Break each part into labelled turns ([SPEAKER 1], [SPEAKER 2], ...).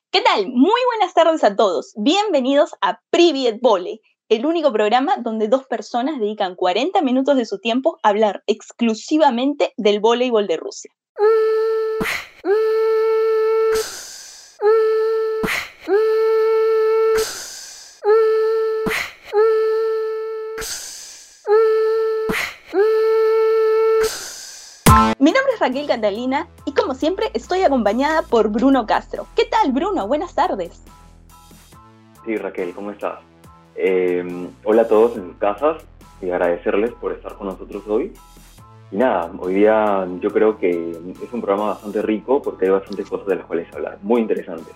[SPEAKER 1] ¿Qué tal? Muy buenas tardes a todos. Bienvenidos a Privyet Voley, el único programa donde dos personas dedican 40 minutos de su tiempo a hablar exclusivamente del voleibol de Rusia. Mi nombre es Raquel Catalina y como siempre estoy acompañada por Bruno Castro. ¿Qué tal, Bruno? Buenas tardes.
[SPEAKER 2] Sí, Raquel, ¿cómo estás? Hola a todos en sus casas y agradecerles por estar con nosotros hoy. Y nada, hoy día yo creo que es un programa bastante rico porque hay bastantes cosas de las cuales hablar, muy interesantes.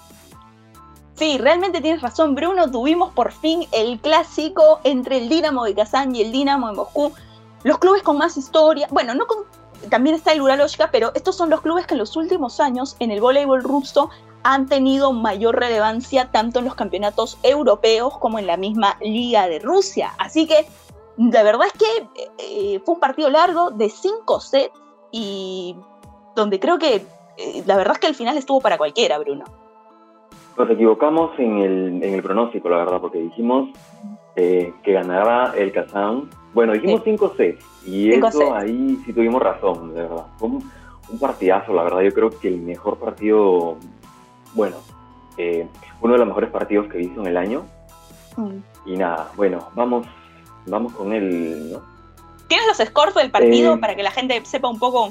[SPEAKER 1] Sí, realmente tienes razón, Bruno. Tuvimos por fin el clásico entre el Dinamo de Kazán y el Dinamo de Moscú. Los clubes con más historia, bueno, también está el Uraloshka, pero estos son los clubes que en los últimos años en el voleibol ruso han tenido mayor relevancia tanto en los campeonatos europeos como en la misma Liga de Rusia. Así que la verdad es que fue un partido largo de 5 sets y donde creo que la verdad es que el final estuvo para cualquiera, Bruno.
[SPEAKER 2] Nos equivocamos en el pronóstico, la verdad, porque dijimos que ganaba el Kazán. Bueno, dijimos 5 sets y cinco eso sets. Ahí sí tuvimos razón, de verdad. Fue un partidazo, la verdad. Yo creo que el mejor partido, bueno, uno de los mejores partidos que he visto en el año. Y nada, bueno, vamos con él, ¿no?
[SPEAKER 1] ¿Tienes los scores del partido para que la gente sepa un poco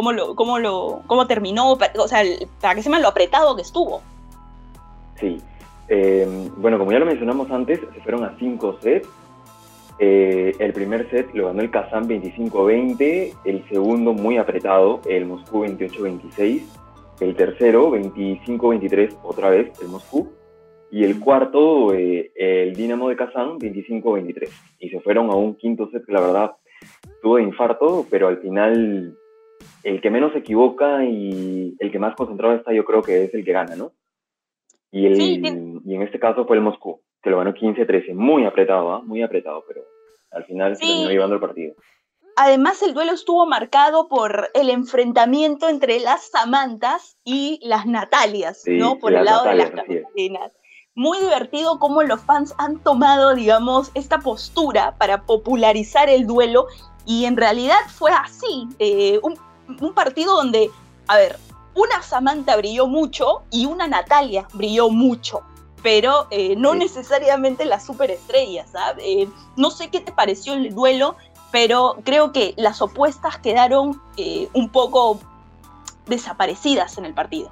[SPEAKER 1] cómo terminó? O sea, para que sepan lo apretado que estuvo.
[SPEAKER 2] Sí. Bueno, como ya lo mencionamos antes, se fueron a 5 sets. El primer set lo ganó el Kazán 25-20, el segundo muy apretado, el Moscú 28-26, el tercero 25-23, otra vez el Moscú, y el cuarto el Dinamo de Kazán 25-23. Y se fueron a un quinto set que la verdad tuvo de infarto, pero al final el que menos se equivoca y el que más concentrado está, yo creo que es el que gana, ¿no? Y en este caso fue el Moscú, que lo ganó 15-13, muy apretado, pero al final se terminó llevando el partido.
[SPEAKER 1] Además, el duelo estuvo marcado por el enfrentamiento entre las Samantas y las Natalias,
[SPEAKER 2] sí,
[SPEAKER 1] ¿no? Por el lado Natalias, de las capitalinas. Muy divertido cómo los fans han tomado, digamos, esta postura para popularizar el duelo, y en realidad fue así, un partido donde, a ver, una Samantha brilló mucho y una Natalia brilló mucho, pero no necesariamente las superestrellas, ¿sabes? No sé qué te pareció el duelo, pero creo que las opuestas quedaron un poco desaparecidas en el partido.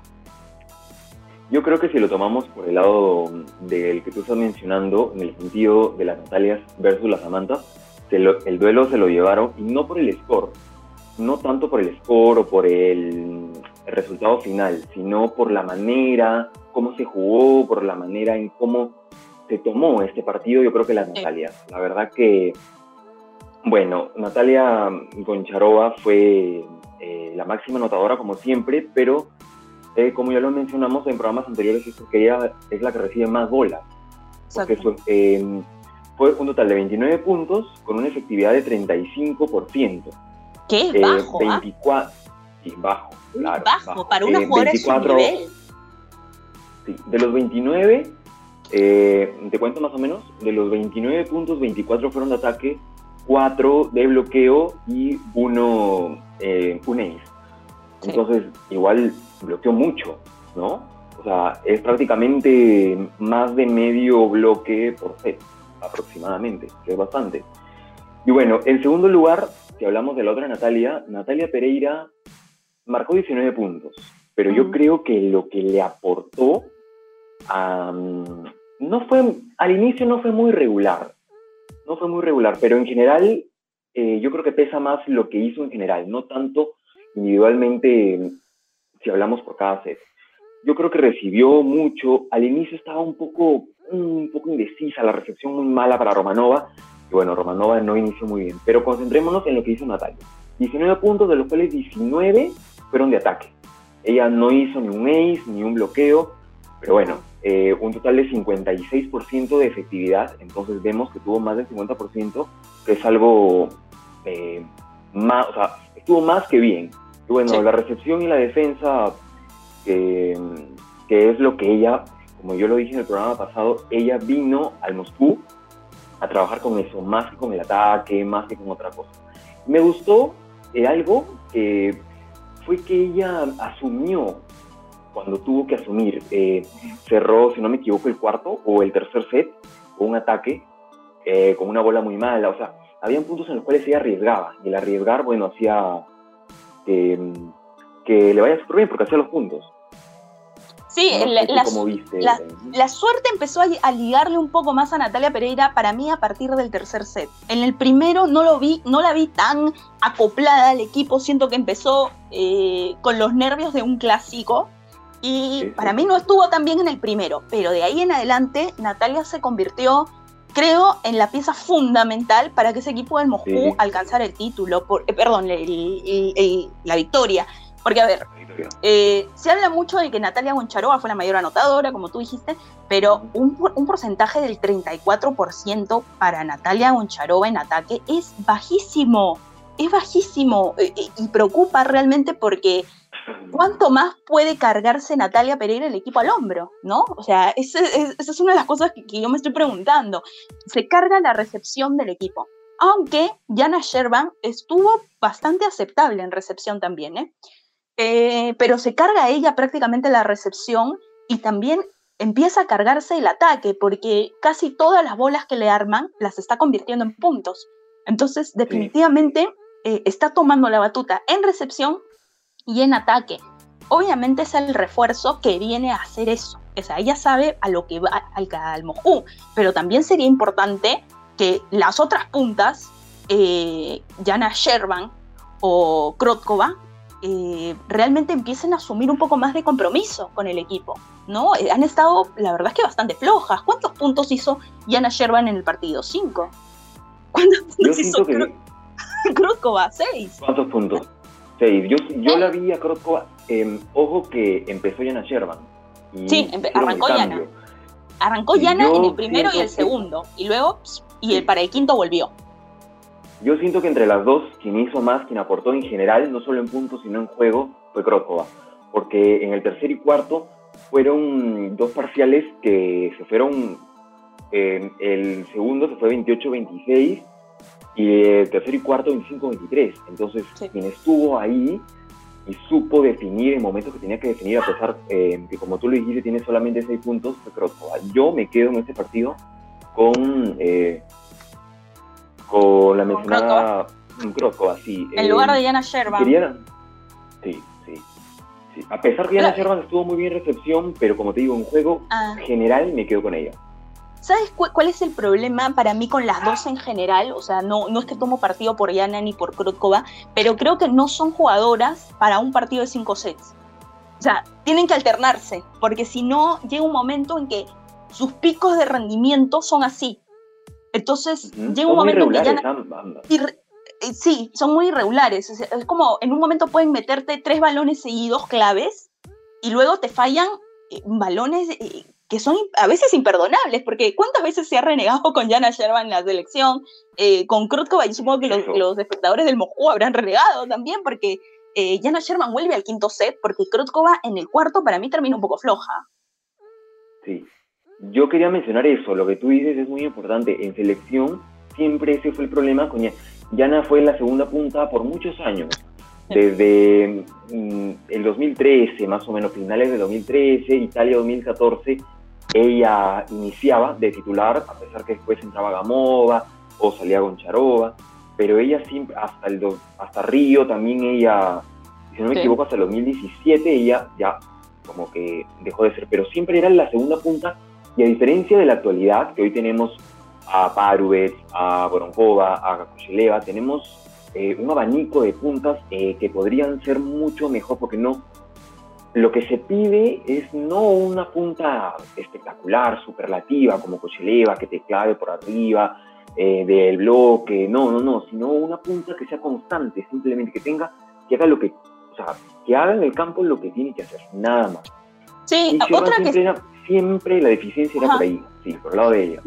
[SPEAKER 2] Yo creo que si lo tomamos por el lado del que tú estás mencionando, en el sentido de las Natalias versus las Samantas, el duelo se lo llevaron, y no por el score, no tanto por el score o por el resultado final, sino por la manera, cómo se jugó, por la manera en cómo se tomó este partido. Yo creo que las Natalias, la verdad que, bueno, Natalia Goncharova fue la máxima anotadora como siempre, pero como ya lo mencionamos en programas anteriores, es porque ella es la que recibe más bolas. Porque fue un total de 29 puntos con una efectividad de 35%.
[SPEAKER 1] ¿Qué es bajo?
[SPEAKER 2] 24, sí, bajo, claro.
[SPEAKER 1] Bajo, para una jugadora de su nivel.
[SPEAKER 2] Sí, de los 29, te cuento más o menos, de los 29 puntos, 24 fueron de ataque, 4 de bloqueo y un ace. Sí. Entonces, igual bloqueó mucho, ¿no? O sea, es prácticamente más de medio bloque por set, aproximadamente, que es bastante. Y bueno, en segundo lugar, si hablamos de la otra Natalia Pereira marcó 19 puntos, pero yo creo que lo que le aportó al inicio no fue muy regular, pero en general yo creo que pesa más lo que hizo en general, no tanto individualmente si hablamos por cada set. Yo creo que recibió mucho, al inicio estaba un poco indecisa, la recepción muy mala para Romanova, y bueno, Romanova no inició muy bien, pero concentrémonos en lo que hizo Natalia. 19 puntos, de los cuales 19 fueron de ataque. Ella no hizo ni un ace, ni un bloqueo, pero bueno, un total de 56% de efectividad, entonces vemos que tuvo más del 50%, que es algo más, o sea, estuvo más que bien. Y bueno, sí, la recepción y la defensa que es lo que ella, como yo lo dije en el programa pasado, ella vino al Moscú a trabajar con eso, más que con el ataque, más que con otra cosa. Me gustó algo que fue que ella asumió cuando tuvo que asumir. Cerró, si no me equivoco, el cuarto o el tercer set con un ataque con una bola muy mala. O sea, habían puntos en los cuales ella arriesgaba, y el arriesgar, bueno, hacía que le vaya súper bien porque hacía los puntos.
[SPEAKER 1] Sí,
[SPEAKER 2] no como viste.
[SPEAKER 1] La suerte empezó a ligarle un poco más a Natalia Pereira, para mí, a partir del tercer set. En el primero no la vi tan acoplada al equipo, siento que empezó con los nervios de un clásico, y sí, para mí no estuvo tan bien en el primero, pero de ahí en adelante Natalia se convirtió, creo, en la pieza fundamental para que ese equipo del Moscú alcanzara el título, la victoria. Porque, a ver, se habla mucho de que Natalia Goncharova fue la mayor anotadora, como tú dijiste, pero un porcentaje del 34% para Natalia Goncharova en ataque es bajísimo, y preocupa realmente porque ¿cuánto más puede cargarse Natalia Pereira el equipo al hombro? ¿No? O sea, esa es una de las cosas que yo me estoy preguntando. Se carga la recepción del equipo, aunque Jana Sherban estuvo bastante aceptable en recepción también, pero se carga ella prácticamente la recepción, y también empieza a cargarse el ataque, porque casi todas las bolas que le arman las está convirtiendo en puntos. Entonces, definitivamente está tomando la batuta en recepción y en ataque. Obviamente es el refuerzo que viene a hacer eso. O sea, ella sabe a lo que va al Moscú, pero también sería importante que las otras puntas, Jana Sherban o Krotkova, realmente empiecen a asumir un poco más de compromiso con el equipo, ¿no? Han estado, la verdad es que bastante flojas. ¿Cuántos puntos hizo Jana Sherban en el partido? 5. ¿Cuántos puntos hizo Krotkova? 6.
[SPEAKER 2] ¿Cuántos puntos? 6. Yo la vi a Krotkova, ojo que empezó Jana Sherban.
[SPEAKER 1] Sí, arrancó Jana. Arrancó Jana en el primero y el segundo, y luego para el quinto volvió.
[SPEAKER 2] Yo siento que entre las dos, quien hizo más, quien aportó en general, no solo en puntos, sino en juego, fue Krotkova. Porque en el tercer y cuarto fueron dos parciales que se fueron, el segundo se fue 28-26 y el tercer y cuarto 25-23. Entonces, quien estuvo ahí y supo definir en momentos que tenía que definir, a pesar que, como tú lo dijiste, tiene solamente 6 puntos, fue Krotkova. Yo me quedo en este partido con la mencionada Krotkova, sí.
[SPEAKER 1] En lugar de Jana Sherban.
[SPEAKER 2] Sí. A pesar que Jana Sherban estuvo muy bien en recepción, pero como te digo, en juego general me quedo con ella.
[SPEAKER 1] ¿Sabes cuál es el problema para mí con las dos en general? O sea, no es que tomo partido por Jana ni por Krotkova, pero creo que no son jugadoras para un partido de 5 sets. O sea, tienen que alternarse, porque si no, llega un momento en que sus picos de rendimiento son así. Entonces, llega un momento en que Jana... Sí, son muy irregulares. Es como, en un momento pueden meterte 3 balones seguidos claves, y luego te fallan balones que son a veces imperdonables, porque ¿cuántas veces se ha renegado con Jana Sherban en la selección? Con Krotkova, y supongo que los espectadores del Moscú habrán renegado también, porque Jana Sherban vuelve al quinto set, porque Krotkova en el cuarto para mí termina un poco floja.
[SPEAKER 2] Sí. Yo quería mencionar eso, lo que tú dices es muy importante. En selección siempre ese fue el problema con Jana. Fue la segunda punta por muchos años, desde el 2013, más o menos, finales de 2013, Italia 2014, ella iniciaba de titular, a pesar que después entraba Gamova o salía Goncharova, pero ella siempre, hasta Río también ella, si no me equivoco, hasta el 2017 ella ya como que dejó de ser, pero siempre era la segunda punta. Y a diferencia de la actualidad, que hoy tenemos a Parubets, a Voronkova, a Koshileva, tenemos un abanico de puntas que podrían ser mucho mejor, porque no, lo que se pide es no una punta espectacular, superlativa, como Koshileva, que te clave por arriba del bloque, no, sino una punta que sea constante, simplemente que haga lo que, o sea, que haga en el campo lo que tiene que hacer, nada más.
[SPEAKER 1] Sí, otra que...
[SPEAKER 2] Siempre la deficiencia era por ahí, sí, por el lado de ella.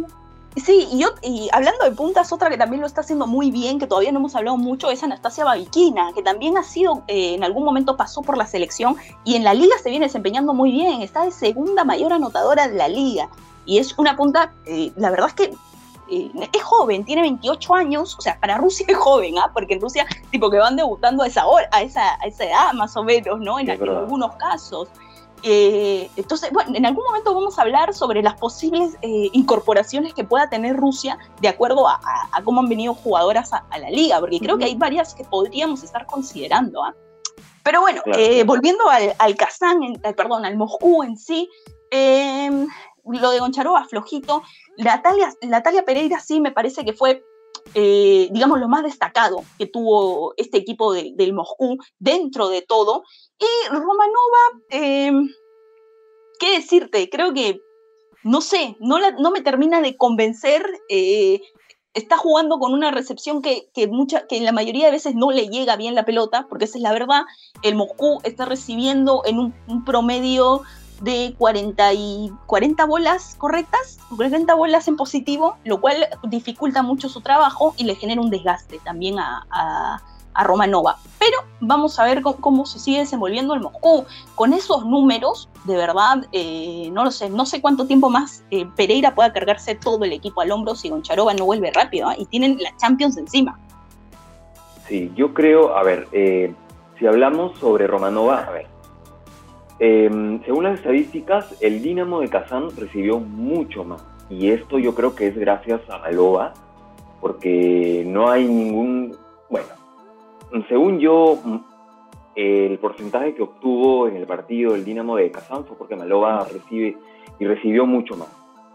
[SPEAKER 1] Sí, y hablando de puntas, otra que también lo está haciendo muy bien, que todavía no hemos hablado mucho, es Anastasia Babiquina, que también ha sido, en algún momento pasó por la selección y en la liga se viene desempeñando muy bien, está de segunda mayor anotadora de la liga. Y es una punta, la verdad es que es joven, tiene 28 años, o sea, para Rusia es joven, porque en Rusia, tipo que van debutando a esa edad más o menos, ¿no? En algunos casos. Entonces, bueno, en algún momento vamos a hablar sobre las posibles incorporaciones que pueda tener Rusia de acuerdo a cómo han venido jugadoras a la liga, porque creo que hay varias que podríamos estar considerando. Pero bueno, claro. Volviendo al Kazán, al Moscú en sí, lo de Goncharova, flojito. Natalia Pereira sí me parece que fue, digamos, lo más destacado que tuvo este equipo del Moscú dentro de todo. Y Romanova, ¿qué decirte? Creo que, no sé, no me termina de convencer. Está jugando con una recepción que la mayoría de veces no le llega bien la pelota, porque esa es la verdad. El Moscú está recibiendo en un promedio de 40 bolas correctas, 40 bolas en positivo, lo cual dificulta mucho su trabajo y le genera un desgaste también a Romanova. Pero vamos a ver cómo se sigue desenvolviendo el Moscú. Con esos números, de verdad, no sé cuánto tiempo más Pereira pueda cargarse todo el equipo al hombro si Goncharova no vuelve rápido, y tienen la Champions encima.
[SPEAKER 2] Sí, yo creo, a ver, si hablamos sobre Romanova, a ver, según las estadísticas, el Dinamo de Kazán recibió mucho más. Y esto yo creo que es gracias a Malova, porque no hay ningún... Bueno, según yo, el porcentaje que obtuvo en el partido el Dinamo de Kazán fue porque Malova recibió mucho más.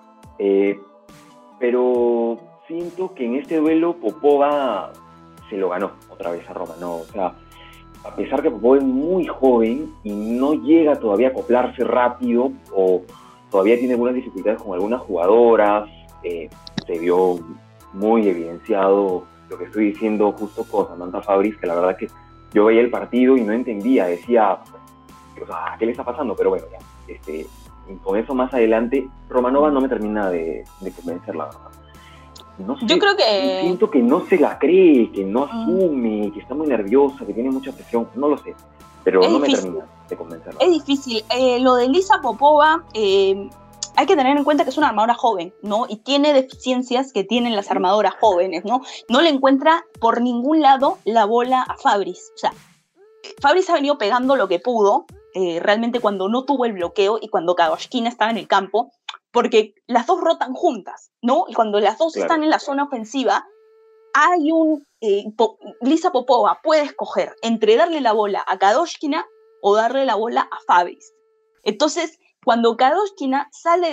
[SPEAKER 2] Pero siento que en este duelo Popova se lo ganó otra vez a Romanova. O sea, a pesar que Popova es muy joven y no llega todavía a acoplarse rápido o todavía tiene algunas dificultades con algunas jugadoras, se vio muy evidenciado lo que estoy diciendo justo con Samantha Fabris, que la verdad que yo veía el partido y no entendía, decía, o sea, ¿qué le está pasando? Pero bueno, ya, con eso más adelante, Romanova no me termina de convencer, la verdad. No sé,
[SPEAKER 1] yo creo que...
[SPEAKER 2] Siento que no se la cree, que no asume, que está muy nerviosa, que tiene mucha presión, no lo sé, pero no me termina de convencer.
[SPEAKER 1] Es difícil. Lo de Lisa Popova, hay que tener en cuenta que es una armadora joven, ¿no? Y tiene deficiencias que tienen las armadoras jóvenes, ¿no? No le encuentra por ningún lado la bola a Fabris. O sea, Fabris ha venido pegando lo que pudo, realmente cuando no tuvo el bloqueo y cuando Kagoshkina estaba en el campo, porque las dos rotan juntas, ¿no? Y cuando las dos están en la zona ofensiva, hay Lisa Popova puede escoger entre darle la bola a Kagoshkina o darle la bola a Fabris. Entonces, cuando Kagoshkina sale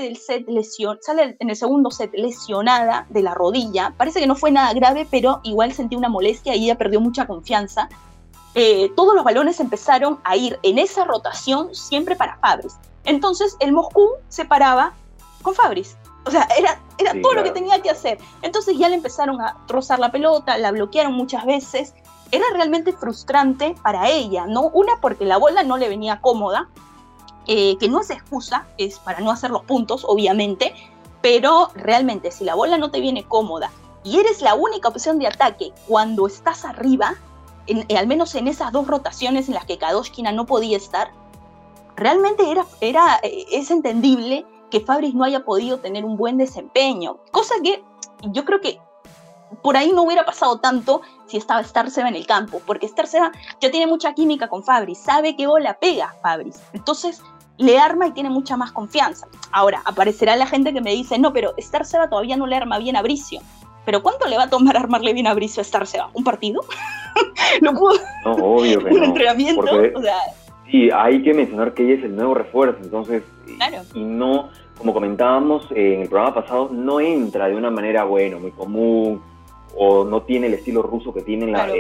[SPEAKER 1] en el segundo set lesionada de la rodilla, parece que no fue nada grave, pero igual sentí una molestia y ella perdió mucha confianza. Todos los balones empezaron a ir en esa rotación siempre para Fabris. Entonces el Moscú se paraba con Fabris. O sea, era sí, todo lo que tenía que hacer. Entonces ya le empezaron a rozar la pelota, la bloquearon muchas veces. Era realmente frustrante para ella, ¿no? Una, porque la bola no le venía cómoda, que no es excusa, es para no hacer los puntos, obviamente, pero realmente si la bola no te viene cómoda y eres la única opción de ataque cuando estás arriba, al menos en esas dos rotaciones en las que Kagoshkina no podía estar, realmente es entendible que Fabris no haya podido tener un buen desempeño, cosa que yo creo que por ahí no hubiera pasado tanto si estaba Starceva en el campo, porque Starceva ya tiene mucha química con Fabris, sabe qué bola pega Fabris, entonces le arma y tiene mucha más confianza. Ahora, aparecerá la gente que me dice, no, pero Starceva todavía no le arma bien a Bricio. ¿Pero cuánto le va a tomar armarle bien a Bricio a Starceva? ¿Un partido?
[SPEAKER 2] No, obvio que
[SPEAKER 1] ¿Un
[SPEAKER 2] no.
[SPEAKER 1] entrenamiento?
[SPEAKER 2] Porque,
[SPEAKER 1] o sea...
[SPEAKER 2] Sí, hay que mencionar que ella es el nuevo refuerzo, entonces,
[SPEAKER 1] claro.
[SPEAKER 2] Y no, como comentábamos en el programa pasado, no entra de una manera, muy común, o no tiene el estilo ruso que tienen claro.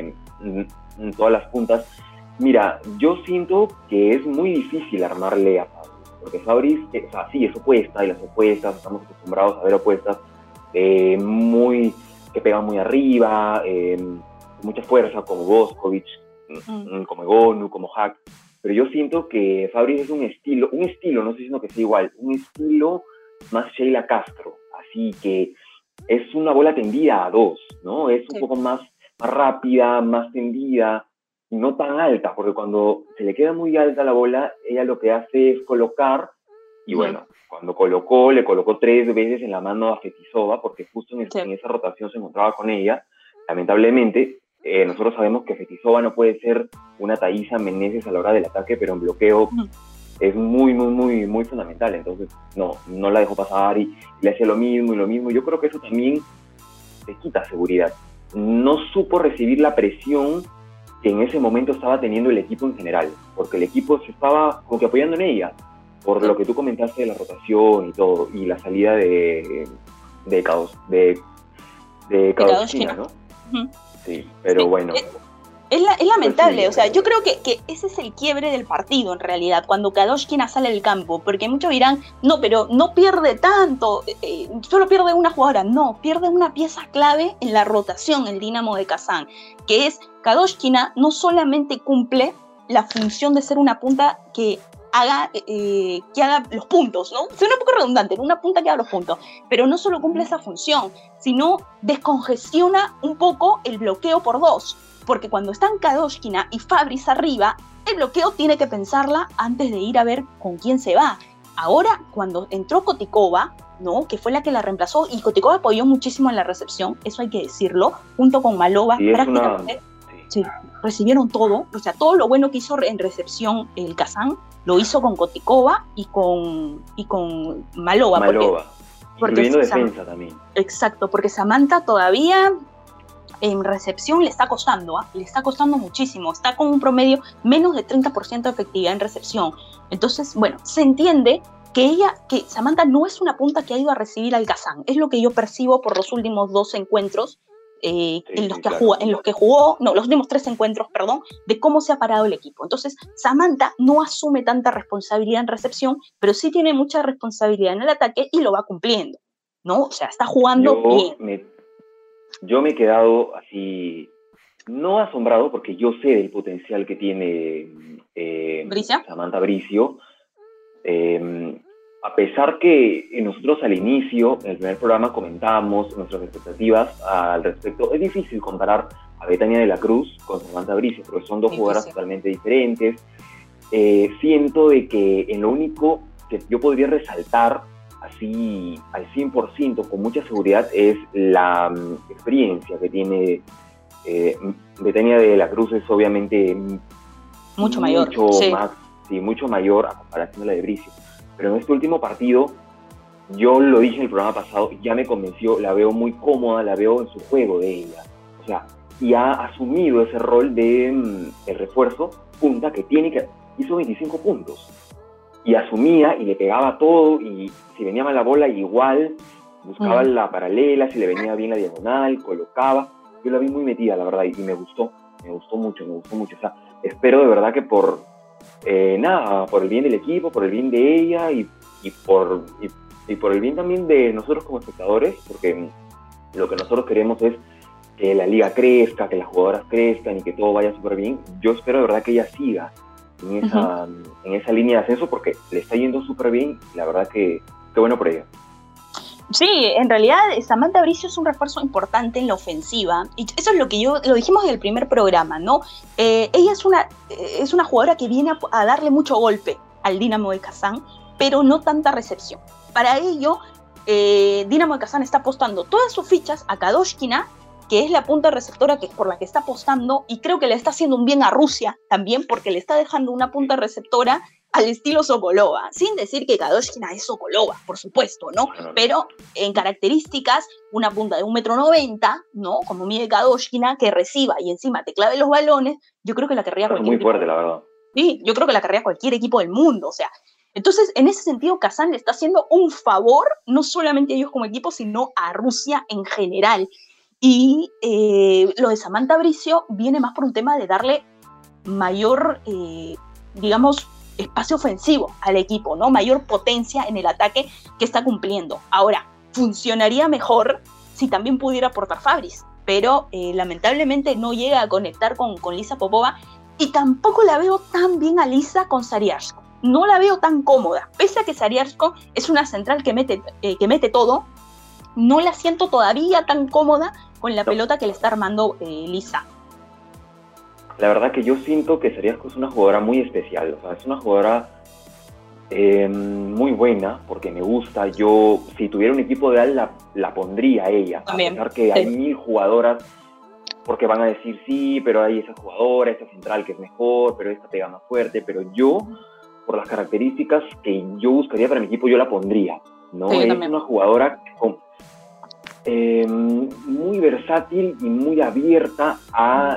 [SPEAKER 2] En todas las puntas. Mira, yo siento que es muy difícil armarle a Fabris, porque Fabris, o sea, sí, es opuesta, y las opuestas, estamos acostumbrados a ver opuestas que pegan muy arriba, mucha fuerza, como Boskovic, como Egonu, como Hack, pero yo siento que Fabris es un estilo, no estoy diciendo que sea igual, un estilo más Sheila Castro, así, que es una bola tendida a 2, ¿no? Es un poco más rápida, más tendida, y no tan alta, porque cuando se le queda muy alta la bola, ella lo que hace es colocar, y bueno, cuando le colocó 3 veces en la mano a Fetisova, porque justo en esa rotación se encontraba con ella. Lamentablemente, nosotros sabemos que Fetisova no puede ser una Thaisa Menezes a la hora del ataque, pero en bloqueo es muy, muy, muy, muy fundamental. Entonces, no la dejó pasar y le hacía lo mismo y lo mismo. Yo creo que eso también te quita seguridad. No supo recibir la presión que en ese momento estaba teniendo el equipo en general, porque el equipo se estaba como que apoyando en ella, por lo que tú comentaste de la rotación y todo, y la salida de Kadoshkina, ¿no? Sí, pero bueno.
[SPEAKER 1] Es lamentable, o sea, yo creo que ese es el quiebre del partido en realidad, cuando Kadoshkina sale del campo, porque muchos dirán, no, pero no pierde tanto, solo pierde una jugadora, no, pierde una pieza clave en la rotación el Dinamo de Kazán, que es Kadoshkina no solamente cumple la función de ser una punta que haga los puntos, ¿no? Suena un poco redundante, una punta que haga los puntos, pero no solo cumple esa función, sino descongestiona un poco el bloqueo por 2. Porque cuando están Kadoshkina y Fabris arriba, el bloqueo tiene que pensarla antes de ir a ver con quién se va. Ahora, cuando entró Kotikova, ¿no? Que fue la que la reemplazó, y Kotikova apoyó muchísimo en la recepción, eso hay que decirlo, junto con Malova, prácticamente recibieron todo, o sea, todo lo bueno que hizo en recepción el Kazán, lo hizo con Kotikova y con Malova.
[SPEAKER 2] Porque incluyendo defensa también.
[SPEAKER 1] Exacto, porque Samantha todavía en recepción le está costando muchísimo, está con un promedio menos de 30% de efectividad en recepción. Entonces, bueno, se entiende que Samantha no es una punta que ha ido a recibir al Kazán, es lo que yo percibo por los últimos 2 encuentros, los últimos 3 encuentros, perdón, de cómo se ha parado el equipo. Entonces, Samantha no asume tanta responsabilidad en recepción, pero sí tiene mucha responsabilidad en el ataque y lo va cumpliendo, ¿no? O sea, está jugando bien.
[SPEAKER 2] Yo me he quedado así, no asombrado, porque yo sé del potencial que tiene Samantha Bricio. A pesar que nosotros al inicio, en el primer programa, comentábamos nuestras expectativas al respecto, es difícil comparar a Betania de la Cruz con Samantha Bricio, porque son 2 jugadoras totalmente diferentes. Siento de que en lo único que yo podría resaltar así al 100%, con mucha seguridad, es la experiencia que tiene Betania de la Cruz. Es obviamente mucho mayor a comparación de la de Bricio. Pero en este último partido, yo lo dije en el programa pasado, ya me convenció, la veo muy cómoda, la veo en su juego de ella. O sea, y ha asumido ese rol de el refuerzo punta que hizo 25 puntos. Y asumía y le pegaba todo, y si venía mal la bola igual, buscaba la paralela, si le venía bien la diagonal, colocaba. Yo la vi muy metida, la verdad, y me gustó mucho. O sea, espero de verdad que por el bien del equipo, por el bien de ella y por el bien también de nosotros como espectadores, porque lo que nosotros queremos es que la liga crezca, que las jugadoras crezcan y que todo vaya súper bien. Yo espero de verdad que ella siga en esa línea de ascenso, porque le está yendo súper bien, y la verdad que qué bueno por ella.
[SPEAKER 1] Sí, en realidad Samantha Bricio es un refuerzo importante en la ofensiva, y eso es lo que lo dijimos en el primer programa, ¿no? Ella es una jugadora que viene a darle mucho golpe al Dinamo de Kazán, pero no tanta recepción. Para ello, Dinamo de Kazán está apostando todas sus fichas a Kadoshkina, que es la punta receptora que es por la que está apostando, y creo que le está haciendo un bien a Rusia también, porque le está dejando una punta receptora al estilo Sokolova, sin decir que Kadoshkina es Sokolova, por supuesto, ¿no? Pero en características, una punta de 1,90 m, ¿no? Como mide Kadoshkina, que reciba y encima te clave los balones, yo creo que la querría cualquier
[SPEAKER 2] equipo. Muy fuerte, la verdad.
[SPEAKER 1] Sí, yo creo que la querría cualquier equipo del mundo, o sea. Entonces, en ese sentido, Kazán le está haciendo un favor, no solamente a ellos como equipo, sino a Rusia en general. Y lo de Samantha Bricio viene más por un tema de darle mayor, digamos, espacio ofensivo al equipo, ¿no? Mayor potencia en el ataque que está cumpliendo. Ahora, funcionaría mejor si también pudiera aportar Fabris, pero lamentablemente no llega a conectar con Lisa Popova, y tampoco la veo tan bien a Lisa con Sariarsko. No la veo tan cómoda, pese a que Sariarsko es una central que mete todo. no la siento todavía tan cómoda con la pelota que le está armando Lisa.
[SPEAKER 2] La verdad que yo siento que Sariasco es una jugadora muy especial, o sea, es una jugadora muy buena, porque me gusta. Yo, si tuviera un equipo de AL, la pondría a ella,
[SPEAKER 1] También,
[SPEAKER 2] a pesar que hay 1000 jugadoras, porque van a decir, sí, pero hay esa jugadora, esta central que es mejor, pero esta pega más fuerte, pero yo, por las características que yo buscaría para mi equipo, yo la pondría, ¿no?
[SPEAKER 1] Sí,
[SPEAKER 2] es
[SPEAKER 1] también.
[SPEAKER 2] una jugadora muy versátil y muy abierta a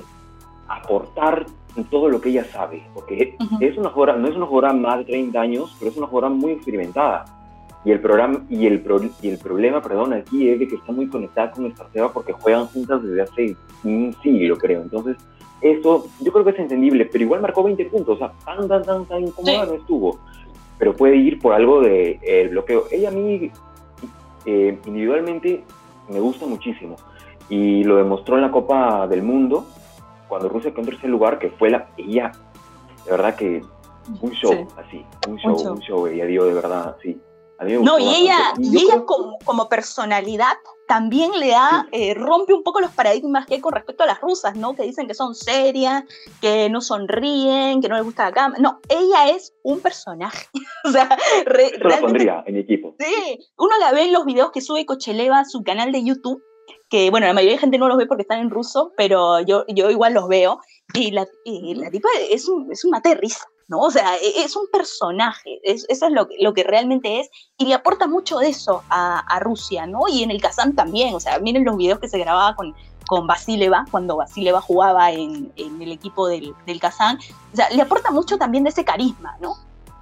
[SPEAKER 2] aportar en todo lo que ella sabe, porque es una jugadora, no es una jugadora más de 30 años, pero es una jugadora muy experimentada. Y el problema, aquí es de que está muy conectada con Estarceva porque juegan juntas desde hace un siglo, creo. Entonces, eso yo creo que es entendible, pero igual marcó 20 puntos, o sea, tan incómoda no estuvo. Pero puede ir por algo de bloqueo. Ella a mí, individualmente, me gusta muchísimo. Y lo demostró en la Copa del Mundo, cuando Rusia quedó en tercer lugar, que fue ella, de verdad que un show, así, un show, ella dio de verdad, sí. A mí me gustó bastante.
[SPEAKER 1] Y ella como personalidad también le da, rompe un poco los paradigmas que hay con respecto a las rusas, ¿no? Que dicen que son serias, que no sonríen, que no les gusta la cama. No, ella es un personaje. O sea,
[SPEAKER 2] Esto la pondría en mi equipo.
[SPEAKER 1] Sí, uno la ve en los videos que sube Kochelleva a su canal de YouTube, que bueno, la mayoría de gente no los ve porque están en ruso, pero yo igual los veo, y la tipa es un mate de risa, ¿no? O sea, es un personaje, eso es lo que realmente es, y le aporta mucho de eso a Rusia, ¿no? Y en el Kazán también, o sea, miren los videos que se grababa con Vasileva, cuando Vasileva jugaba en el equipo del Kazán, o sea, le aporta mucho también de ese carisma, ¿no?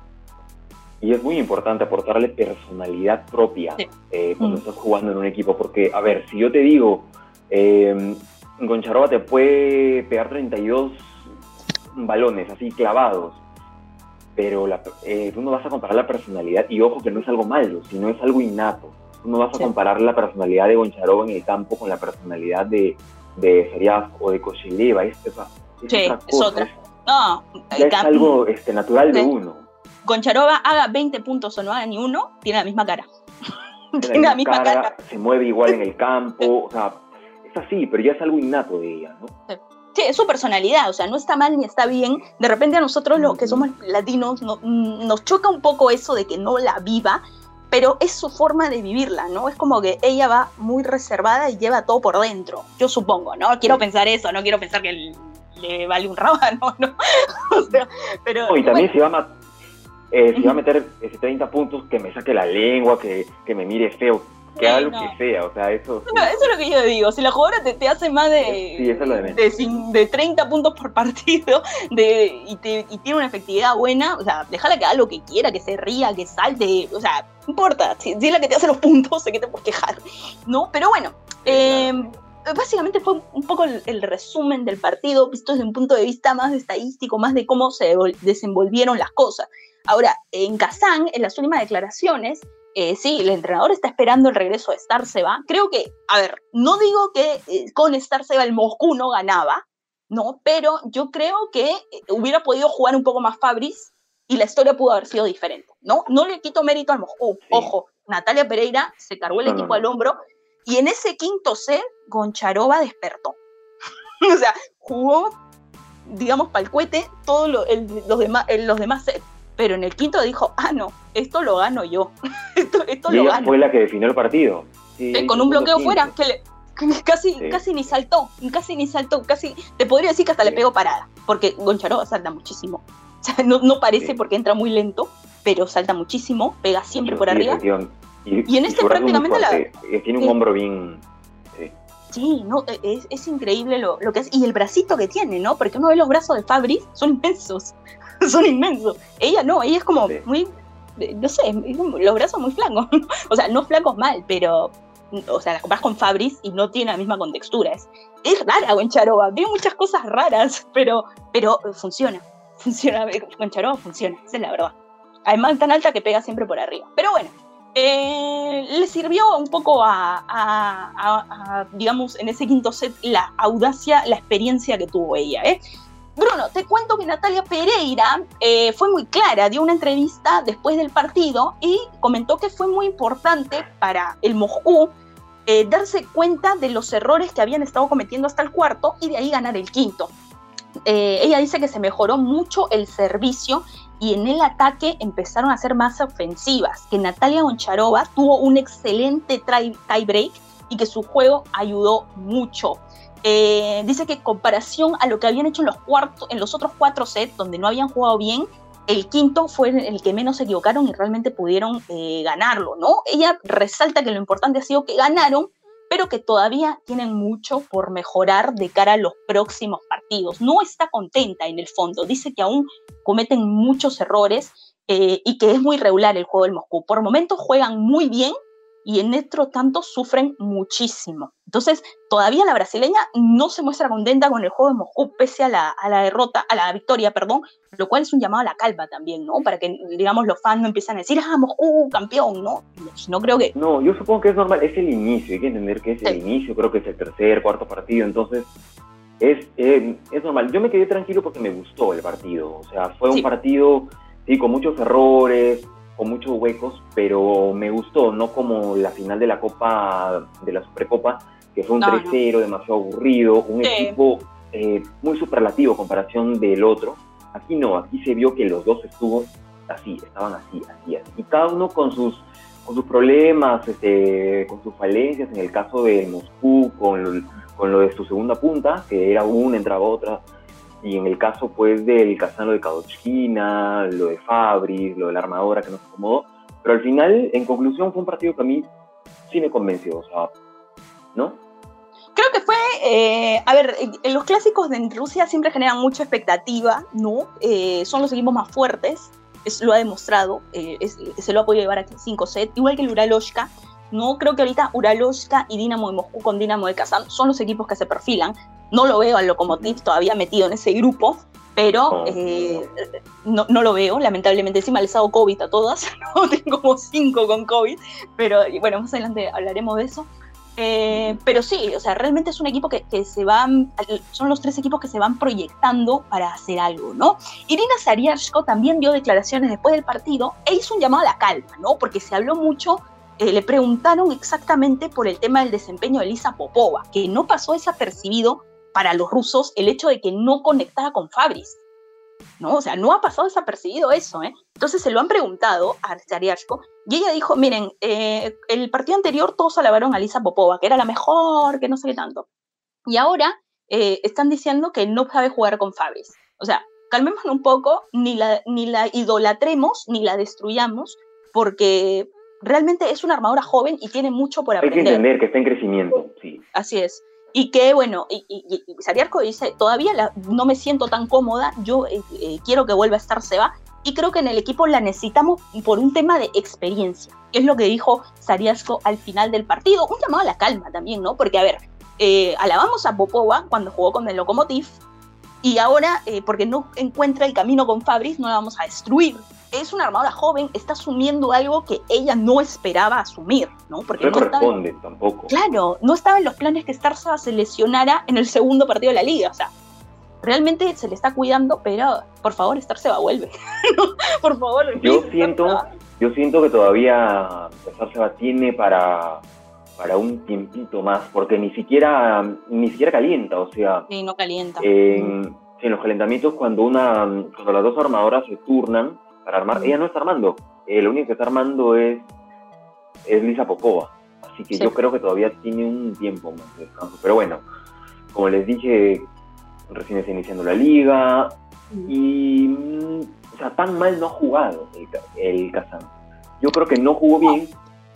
[SPEAKER 2] Y es muy importante aportarle personalidad propia cuando estás jugando en un equipo, porque, a ver, si yo te digo, Goncharova te puede pegar 32 balones así clavados, pero tú no vas a comparar la personalidad, y ojo que no es algo malo, sino es algo innato. Tú no vas a comparar la personalidad de Goncharova en el campo con la personalidad de Sariasco o de Kochelleva, es otra cosa.
[SPEAKER 1] Es otra. No,
[SPEAKER 2] ya es algo natural de uno.
[SPEAKER 1] Goncharova haga 20 puntos o no haga ni uno, tiene la misma cara.
[SPEAKER 2] Tiene la misma cara, se mueve igual en el campo, o sea, es así, pero ya es algo innato de ella, ¿no?
[SPEAKER 1] Sí, es su personalidad, o sea, no está mal ni está bien. De repente a nosotros los que somos latinos nos choca un poco eso de que no la viva, pero es su forma de vivirla, ¿no? Es como que ella va muy reservada y lleva todo por dentro, yo supongo, ¿no? Quiero pensar eso, no quiero pensar que le vale un rábano, ¿no? O sea, pero...
[SPEAKER 2] No, y también si va a meter 30 puntos, que me saque la lengua, que me mire feo, que haga lo que sea, o sea, eso...
[SPEAKER 1] No, eso es lo que yo digo, si la jugadora te hace más de 30 puntos por partido y tiene una efectividad buena, o sea, déjala que haga lo que quiera, que se ría, que salte, o sea, no importa, si es la que te hace los puntos, sé que te puedes quejar, ¿no? Pero bueno, básicamente fue un poco el resumen del partido, visto desde un punto de vista más estadístico, más de cómo se desenvolvieron las cosas. Ahora, en Kazán, en las últimas declaraciones, sí, el entrenador está esperando el regreso de Starceva. Creo que, a ver, no digo que con Starceva el Moscú no ganaba, no, pero yo creo que hubiera podido jugar un poco más Fabris y la historia pudo haber sido diferente, ¿no? No le quito mérito al Moscú. Sí. Ojo, Natalia Pereira se cargó el equipo al hombro y en ese quinto set Goncharova despertó. O sea, jugó, digamos, pa'l cohete todos los demás sets. Pero en el quinto dijo, no, esto lo gano yo. esto
[SPEAKER 2] y
[SPEAKER 1] lo
[SPEAKER 2] ella
[SPEAKER 1] gano.
[SPEAKER 2] Fue la que definió el partido. Sí,
[SPEAKER 1] con un bloqueo fuera, que casi ni saltó. Casi, te podría decir que hasta le pegó parada. Porque Goncharova salta muchísimo. O sea, no parece porque entra muy lento, pero salta muchísimo, pega siempre por arriba. Y en este prácticamente
[SPEAKER 2] tiene un hombro bien...
[SPEAKER 1] Sí, no, es increíble lo que hace. Y el bracito que tiene, ¿no? Porque uno ve los brazos de Fabris, son inmensos. Son inmensos. Ella no, ella es como muy, no sé, los brazos muy flacos. O sea, no flacos mal, pero, o sea, la comparas con Fabris y no tiene la misma contextura. Es rara Goncharova, tiene muchas cosas raras, pero funciona. Goncharova funciona, esa es la verdad. Además, tan alta que pega siempre por arriba. Pero bueno, le sirvió un poco a digamos, en ese quinto set, la audacia, la experiencia que tuvo ella, Bruno, te cuento que Natalia Pereira fue muy clara, dio una entrevista después del partido y comentó que fue muy importante para el Moscú darse cuenta de los errores que habían estado cometiendo hasta el cuarto y de ahí ganar el quinto. Ella dice que se mejoró mucho el servicio y en el ataque empezaron a ser más ofensivas, que Natalia Goncharova tuvo un excelente tie break y que su juego ayudó mucho. Dice que en comparación a lo que habían hecho en los otros 4 sets, donde no habían jugado bien, el quinto fue el que menos se equivocaron y realmente pudieron ganarlo, ¿no? Ella resalta que lo importante ha sido que ganaron, pero que todavía tienen mucho por mejorar de cara a los próximos partidos. No está contenta en el fondo, dice que aún cometen muchos errores y que es muy irregular el juego del Moscú. Por momentos juegan muy bien y en otro tanto sufren muchísimo. Entonces, todavía la brasileña no se muestra contenta con el juego de Moscú, pese a la victoria, lo cual es un llamado a la calma también, ¿no? Para que, digamos, los fans no empiezan a decir, Moscú, campeón, ¿no? No creo que...
[SPEAKER 2] No, yo supongo que es normal, es el inicio, hay que entender que es el inicio, creo que es el tercer, cuarto partido, entonces es normal. Yo me quedé tranquilo porque me gustó el partido, o sea, fue un partido, sí, con muchos errores, con muchos huecos, pero me gustó, no como la final de la Copa, de la Supercopa, que fue un 3-0, demasiado aburrido, un equipo muy superlativo en comparación del otro. Aquí no, aquí se vio que los dos estaban así, y cada uno con sus problemas, con sus falencias, en el caso de Moscú, con lo de su segunda punta, que era una, entraba otra, y en el caso pues del Kazán, lo de Kadochkina, lo de Fabris, lo de la armadora que no se acomodó, pero al final, en conclusión, fue un partido que a mí sí me convenció, o sea, ¿no?
[SPEAKER 1] Creo que fue, en los clásicos de Rusia siempre generan mucha expectativa, ¿no? Son los equipos más fuertes, lo ha demostrado, se lo ha podido llevar a 5 sets, igual que el Uraloshka, ¿no? Creo que ahorita Uraloshka y Dinamo de Moscú con Dinamo de Kazán son los equipos que se perfilan. No lo veo al Lokomotiv todavía metido en ese grupo, pero no lo veo, lamentablemente. Encima les hago COVID a todas, ¿no? Tengo como 5 con COVID, pero bueno, más adelante hablaremos de eso. Pero sí, o sea, realmente es un equipo que son los 3 equipos que se van proyectando para hacer algo, ¿no? Irina Sariashko también dio declaraciones después del partido e hizo un llamado a la calma, ¿no? Porque se habló mucho, le preguntaron exactamente por el tema del desempeño de Elisa Popova, que no pasó desapercibido para los rusos el hecho de que no conectaba con Fabris, ¿no? O sea, no ha pasado desapercibido eso, ¿eh? Entonces se lo han preguntado a Sariashko y ella dijo, miren, el partido anterior todos alabaron a Elisa Popova, que era la mejor, que no sé qué tanto. Y ahora están diciendo que no sabe jugar con Fabris. O sea, calmémonos un poco, ni la idolatremos, ni la destruyamos, porque realmente es una armadora joven y tiene mucho por aprender.
[SPEAKER 2] Hay que entender que está en crecimiento, sí.
[SPEAKER 1] Así es. Y que, bueno, y Sariashko dice, todavía no me siento tan cómoda, yo quiero que vuelva a estar Seba, y creo que en el equipo la necesitamos por un tema de experiencia, que es lo que dijo Sariashko al final del partido. Un llamado a la calma también, ¿no? Porque, a ver, alabamos a Popova cuando jugó con el Lokomotiv, y ahora, porque no encuentra el camino con Fabris, no la vamos a destruir. Es una armadora joven, está asumiendo algo que ella no esperaba asumir, ¿no? Porque
[SPEAKER 2] no corresponde tampoco.
[SPEAKER 1] Claro, no estaba en los planes que Starceva se lesionara en el segundo partido de la liga, o sea, realmente se le está cuidando, pero por favor, Starceva vuelve. Por favor.
[SPEAKER 2] Yo siento que todavía Starceva tiene para un tiempito más, porque ni siquiera calienta, o sea...
[SPEAKER 1] Sí, no calienta.
[SPEAKER 2] En los calentamientos, cuando las dos armadoras se turnan para armar, ella no está armando, lo único que está armando es Lisa Popova, así que yo creo que todavía tiene un tiempo más de descanso, pero bueno, como les dije, recién está iniciando la liga, y o sea, tan mal no ha jugado el Kazán. Yo creo que no jugó bien,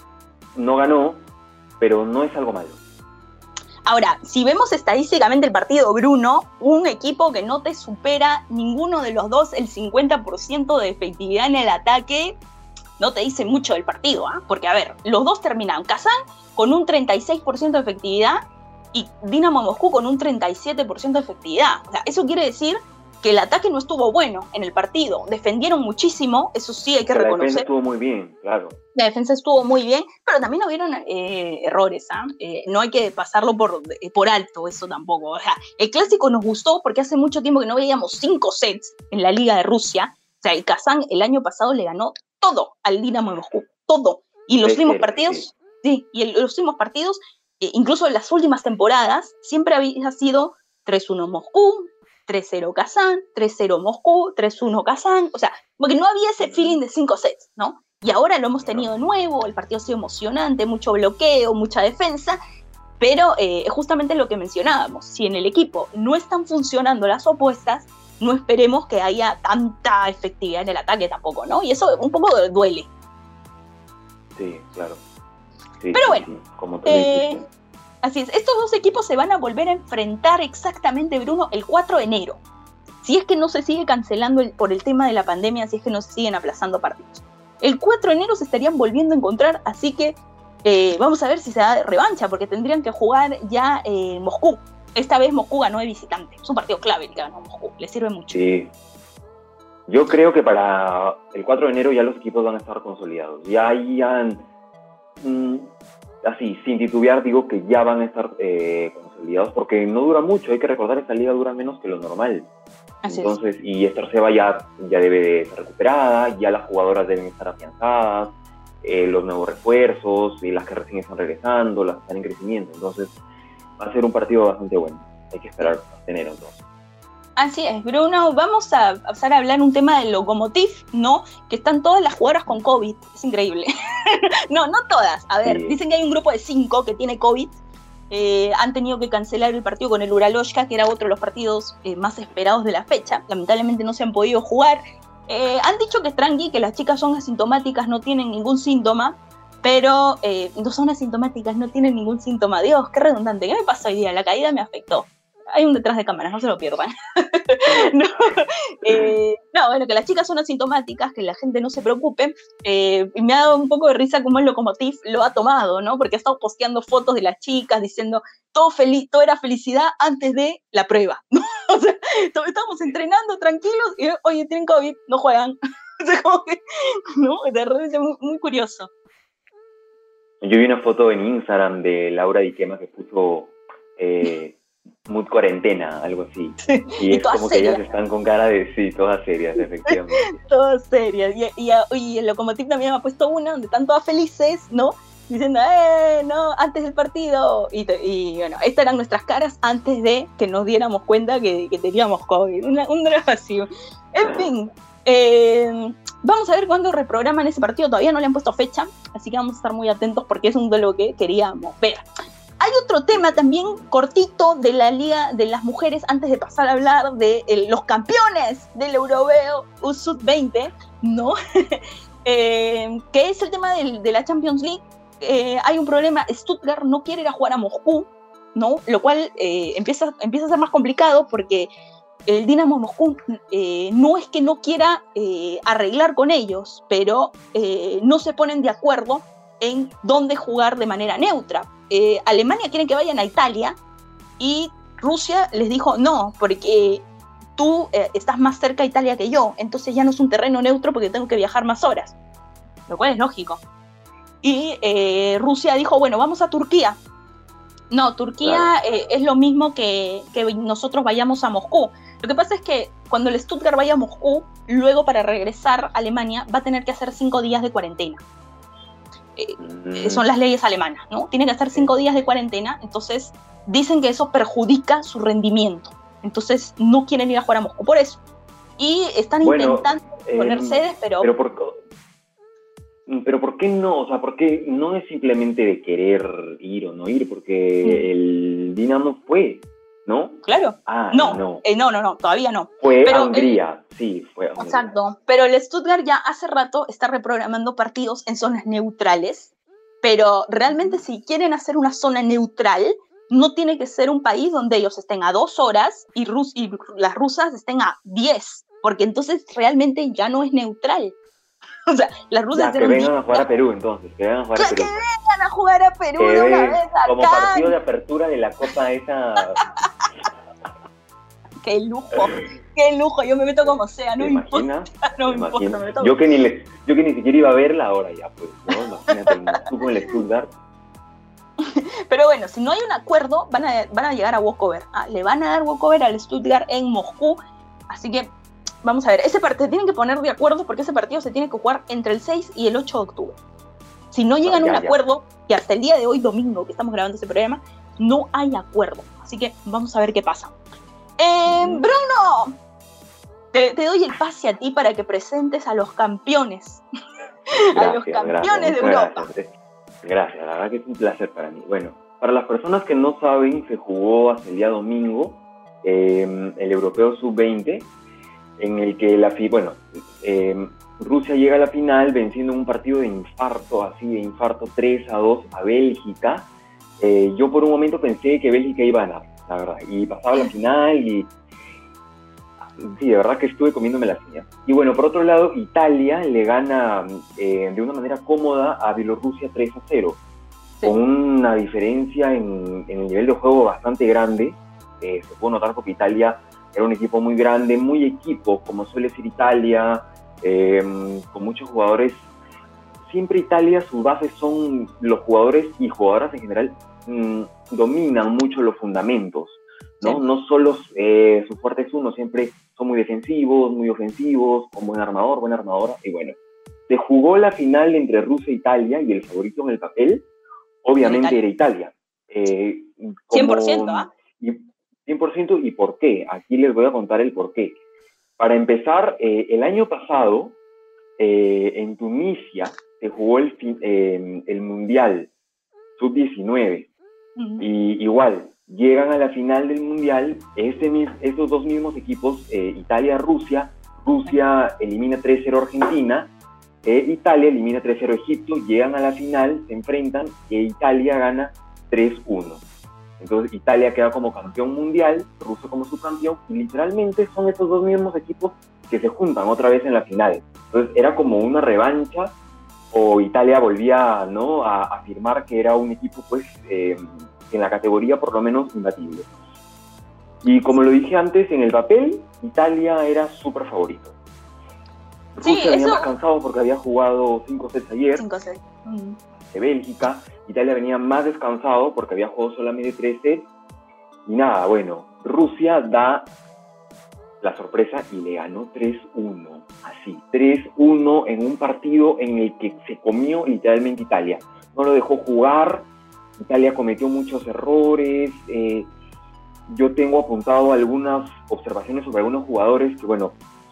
[SPEAKER 2] no ganó, pero no es algo malo.
[SPEAKER 1] Ahora, si vemos estadísticamente el partido, Bruno, un equipo que no te supera ninguno de los dos el 50% de efectividad en el ataque, no te dice mucho del partido, ¿ah? Porque, a ver, los dos terminaron. Kazán con un 36% de efectividad y Dinamo Moscú con un 37% de efectividad. O sea, eso quiere decir que el ataque no estuvo bueno en el partido. Defendieron muchísimo, eso sí hay que reconocer.
[SPEAKER 2] La defensa estuvo muy bien, claro.
[SPEAKER 1] La defensa estuvo muy bien, pero también hubieron errores, no hay que pasarlo por alto eso tampoco. O sea, el clásico nos gustó porque hace mucho tiempo que no veíamos 5 sets en la Liga de Rusia. O sea, el Kazán el año pasado le ganó todo al Dinamo de Moscú, todo. Y los últimos partidos, incluso en las últimas temporadas, siempre había sido 3-1 Moscú, 3-0 Kazán, 3-0 Moscú, 3-1 Kazán. O sea, porque no había ese feeling de 5 sets, ¿no? Y ahora lo hemos tenido de nuevo, el partido ha sido emocionante, mucho bloqueo, mucha defensa, pero justamente lo que mencionábamos, si en el equipo no están funcionando las opuestas, no esperemos que haya tanta efectividad en el ataque tampoco, ¿no? Y eso un poco duele.
[SPEAKER 2] Sí, claro. Sí,
[SPEAKER 1] pero bueno,
[SPEAKER 2] sí, como tú dijiste.
[SPEAKER 1] Así es, estos dos equipos se van a volver a enfrentar exactamente, Bruno, el 4 de enero. Si es que no se sigue cancelando por el tema de la pandemia, si es que no se siguen aplazando partidos. El 4 de enero se estarían volviendo a encontrar, así que vamos a ver si se da revancha, porque tendrían que jugar ya Moscú. Esta vez Moscú ganó de visitante. Es un partido clave el que ganó Moscú, le sirve mucho.
[SPEAKER 2] Sí. Yo creo que para el 4 de enero ya los equipos van a estar consolidados. Ya así, sin titubear, digo que ya van a estar consolidados, porque no dura mucho. Hay que recordar que esta liga dura menos que lo normal.
[SPEAKER 1] Así
[SPEAKER 2] entonces, es. Y esta reserva ya debe estar recuperada, ya las jugadoras deben estar afianzadas, los nuevos refuerzos, y las que recién están regresando, las que están en crecimiento. Entonces, va a ser un partido bastante bueno. Hay que esperar hasta enero, entonces.
[SPEAKER 1] Así es, Bruno. Vamos a pasar a hablar un tema del Lokomotiv, ¿no? Que están todas las jugadoras con COVID. Es increíble. No todas. A ver, sí. Dicen que hay un grupo de 5 que tiene COVID. Han tenido que cancelar el partido con el Uraloshka, que era otro de los partidos más esperados de la fecha. Lamentablemente no se han podido jugar. Han dicho que es tranqui, que las chicas son asintomáticas, no tienen ningún síntoma, pero no son asintomáticas, no tienen ningún síntoma. Dios, qué redundante. ¿Qué me pasó hoy día? La caída me afectó. Hay un detrás de cámaras, no se lo pierdan. Bueno, que las chicas son asintomáticas, que la gente no se preocupe. Y me ha dado un poco de risa cómo el Lokomotiv lo ha tomado, ¿no? Porque ha estado posteando fotos de las chicas diciendo todo era felicidad antes de la prueba, ¿no? O sea, estamos entrenando tranquilos y oye, tienen COVID, no juegan. O sea, como que, ¿no? De repente muy, muy curioso.
[SPEAKER 2] Yo vi una foto en Instagram de Laura Diquema que puso mood cuarentena, algo así. Sí, y es como serias. Que ellas están con cara de sí, todas serias, efectivamente.
[SPEAKER 1] Todas serias. Y el Lokomotiv también me ha puesto una donde están todas felices, ¿no? Diciendo, no, antes del partido. Y bueno, estas eran nuestras caras antes de que nos diéramos cuenta que teníamos COVID. Un drama así. En fin. Vamos a ver cuándo reprograman ese partido. Todavía no le han puesto fecha, así que vamos a estar muy atentos porque es un duelo que queríamos ver. Hay otro tema también cortito de la Liga de las Mujeres antes de pasar a hablar de los campeones del Europeo Sub-20, ¿no? Que es el tema de la Champions League. Hay un problema, Stuttgart no quiere ir a jugar a Moscú, ¿no? Lo cual empieza a ser más complicado porque el Dinamo Moscú no es que no quiera arreglar con ellos, pero no se ponen de acuerdo en dónde jugar de manera neutra. Alemania quiere que vayan a Italia y Rusia les dijo no, porque tú estás más cerca de Italia que yo, entonces ya no es un terreno neutro porque tengo que viajar más horas, lo cual es lógico. Y Rusia dijo, bueno, vamos a Turquía. No, Turquía es lo mismo que nosotros vayamos a Moscú. Lo que pasa es que cuando el Stuttgart vaya a Moscú, luego para regresar a Alemania va a tener que hacer 5 días de cuarentena. Son las leyes alemanas, ¿no? Tiene que hacer 5 días de cuarentena, entonces dicen que eso perjudica su rendimiento. Entonces no quieren ir a jugar a Moscú por eso. Y están intentando poner sedes, pero
[SPEAKER 2] ¿por qué no? O sea, ¿por qué no es simplemente de querer ir o no ir? Porque el Dinamo fue, ¿no?
[SPEAKER 1] Claro. No, todavía no.
[SPEAKER 2] Fue a Hungría, sí, fue a Hungría.
[SPEAKER 1] Exacto, pero el Stuttgart ya hace rato está reprogramando partidos en zonas neutrales, pero realmente si quieren hacer una zona neutral, no tiene que ser un país donde ellos estén a 2 horas y las rusas estén a 10, porque entonces realmente ya no es neutral. O sea, las rusas
[SPEAKER 2] que vengan a jugar a Perú, entonces. Que vengan a jugar a Perú.
[SPEAKER 1] Que vengan a jugar a Perú de una vez acá.
[SPEAKER 2] Como partido de apertura de la Copa esa.
[SPEAKER 1] qué lujo, yo me meto como sea, no me importa, no me importa, me meto.
[SPEAKER 2] Yo que ni siquiera iba a verla ahora ya, pues, ¿no? Imagínate, el Moscú con el Stuttgart.
[SPEAKER 1] Pero bueno, si no hay un acuerdo, van a llegar a walkover. Le van a dar walkover al Stuttgart en Moscú, así que vamos a ver, ese partido tienen que poner de acuerdo porque ese partido se tiene que jugar entre el 6 y el 8 de octubre. Si no llegan a un acuerdo, que hasta el día de hoy, domingo, que estamos grabando este programa, no hay acuerdo. Así que vamos a ver qué pasa. Bruno, te doy el pase a ti para que presentes a los campeones. A los campeones de Europa.
[SPEAKER 2] Gracias, la verdad que es un placer para mí. Bueno, para las personas que no saben, se jugó hasta el día domingo el Europeo Sub-20, en el que Rusia llega a la final venciendo un partido de infarto 3-2 a Bélgica. Yo por un momento pensé que Bélgica iba a ganar, la verdad, y pasaba a la final y sí, de verdad que estuve comiéndome la señal. Y bueno, por otro lado, Italia le gana de una manera cómoda a Bielorrusia 3-0, con una diferencia en el nivel de juego bastante grande. Se pudo notar porque Italia era un equipo muy grande, muy equipo, como suele ser Italia, con muchos jugadores. Siempre Italia, sus bases son los jugadores y jugadoras en general, dominan mucho los fundamentos, ¿no? Sí. No solo su fuerte es uno, siempre son muy defensivos, muy ofensivos, con buen armador, buena armadora, y bueno, se jugó la final entre Rusia e Italia, y el favorito en el papel, obviamente era Italia.
[SPEAKER 1] 100%, ¿ah?
[SPEAKER 2] 100%, ¿y por qué? Aquí les voy a contar el por qué. Para empezar, el año pasado, en Tunisia, se jugó el Mundial Sub-19, y igual, llegan a la final del Mundial esos dos mismos equipos, Italia-Rusia. Rusia elimina 3-0 a Argentina, Italia elimina 3-0 a Egipto, llegan a la final, se enfrentan, e Italia gana 3-1. Entonces Italia queda como campeón mundial, Rusia como subcampeón, y literalmente son estos dos mismos equipos que se juntan otra vez en la final. Entonces era como una revancha, o Italia volvía, ¿no?, a afirmar que era un equipo, pues, en la categoría por lo menos imbatible. Y como lo dije antes, en el papel, Italia era súper favorito. Rusia venía más cansado porque había jugado 5 sets ayer.
[SPEAKER 1] 5 sets.
[SPEAKER 2] De Bélgica. Italia venía más descansado porque había jugado solamente 3 sets. Y nada, bueno, Rusia da la sorpresa y le ganó 3-1. Así, 3-1 en un partido en el que se comió literalmente Italia. No lo dejó jugar. Italia cometió muchos errores. Yo tengo apuntado algunas observaciones sobre algunos jugadores que, bueno,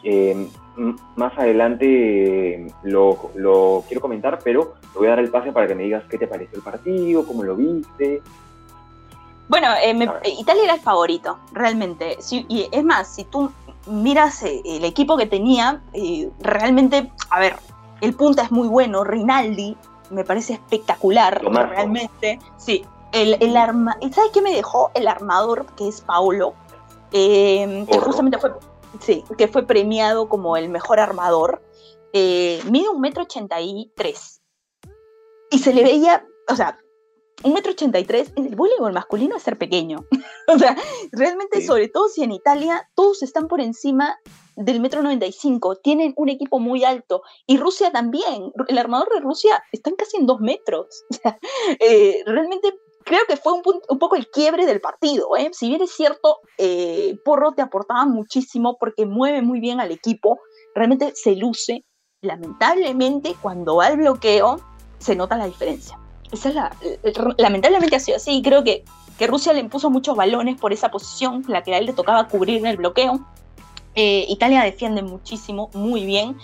[SPEAKER 2] más adelante lo quiero comentar, pero te voy a dar el pase para que me digas qué te pareció el partido, cómo lo viste.
[SPEAKER 1] Bueno, Italia era el favorito, realmente. Sí, y es más, si tú miras el equipo que tenía, realmente, a ver, el punta es muy bueno, Rinaldi me parece espectacular, realmente. Sí, ¿sabes qué me dejó? El armador, que es Paolo, que justamente que fue premiado como el mejor armador. Mide 1,83 m. Y se le veía, o sea, 1,83 m en el voleibol masculino es ser pequeño. O sea, realmente, sí. Sobre todo si en Italia todos están por encima del 1,95 m, tienen un equipo muy alto, y Rusia también, el armador de Rusia están casi en 2 metros. O sea, realmente creo que fue un poco el quiebre del partido, ¿eh? Si bien es cierto, Porro te aportaba muchísimo porque mueve muy bien al equipo, realmente se luce. Lamentablemente, cuando va al bloqueo, se nota la diferencia. Esa es lamentablemente ha sido así. Creo que Rusia le impuso muchos balones por esa posición, la que a él le tocaba cubrir en el bloqueo. Italia defiende muchísimo, muy bien,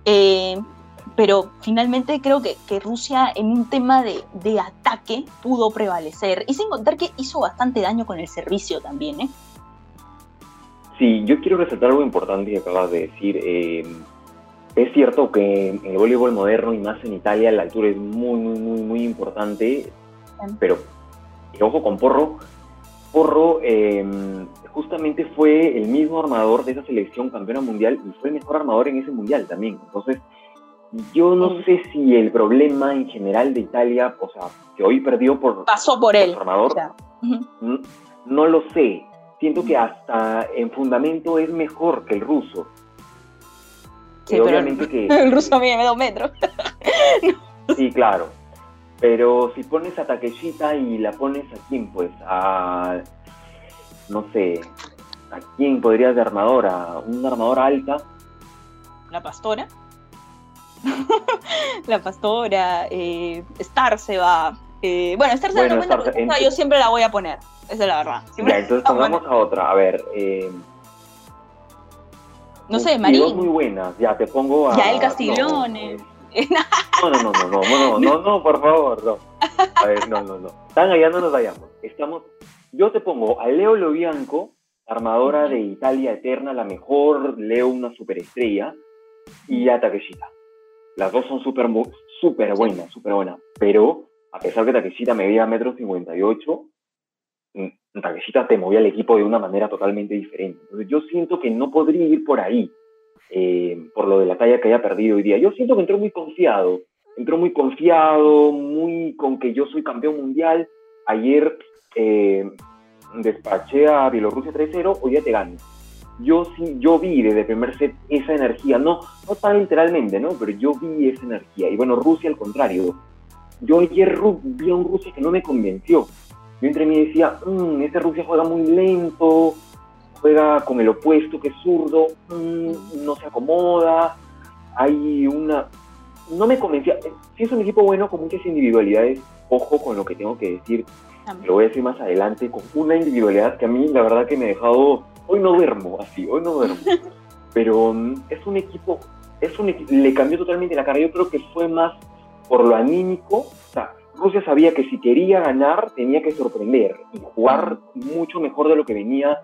[SPEAKER 1] pero finalmente creo que Rusia en un tema de ataque pudo prevalecer, y sin contar que hizo bastante daño con el servicio también, ¿eh?
[SPEAKER 2] Sí, yo quiero resaltar algo importante que acabas de decir. Es cierto que en el voleibol moderno y más en Italia la altura es muy, muy, muy, muy importante, pero ojo con Porro. Porro justamente fue el mismo armador de esa selección campeona mundial y fue el mejor armador en ese mundial también. Entonces, yo no sé si el problema en general de Italia, o sea, que hoy perdió pasó por él, armador, o sea, no lo sé. siento que hasta en fundamento es mejor que el ruso.
[SPEAKER 1] Sí, obviamente que el ruso mide 2 metros.
[SPEAKER 2] Sí, claro. Pero si pones a Takeshita y la pones a quién, pues a... no sé, ¿a quién podrías de armadora? ¿Una armadora alta?
[SPEAKER 1] La Pastora. La Pastora, Star se va. Bueno, Star se va, no cuenta porque yo siempre la voy a poner. Esa es la verdad.
[SPEAKER 2] Ya, entonces pongamos a otra. A ver.
[SPEAKER 1] No sé, Marín.
[SPEAKER 2] Dos muy buenas. Ya, te pongo a...
[SPEAKER 1] Yael Castiglione.
[SPEAKER 2] No, por favor, no. A ver, no. Tan allá no nos vayamos. Yo te pongo a Leo Lobianco, armadora de Italia Eterna, la mejor, Leo una superestrella, y a Takeshita. Las dos son súper buenas, pero a pesar que Takeshita medía 1,58 m, Takeshita te movía el equipo de una manera totalmente diferente. Entonces yo siento que no podría ir por ahí, por lo de la talla que haya perdido hoy día. Yo siento que entró muy confiado, muy con que yo soy campeón mundial. Ayer despaché a Bielorrusia 3-0, hoy día te gano. Yo vi desde el primer set esa energía, no tan literalmente, ¿no? Pero yo vi esa energía. Y bueno, Rusia al contrario. Yo ayer vi a un Rusia que no me convenció. Yo entre mí decía, este Rusia juega muy lento, juega con el opuesto que es zurdo, no se acomoda, no me convencía. Sí es un equipo bueno con muchas individualidades, ojo con lo que tengo que decir, lo voy a decir más adelante, con una individualidad que a mí la verdad que me ha dejado, hoy no duermo, pero es un equipo, le cambió totalmente la cara. Yo creo que fue más por lo anímico. O sea, Rusia sabía que si quería ganar tenía que sorprender y jugar mucho mejor de lo que venía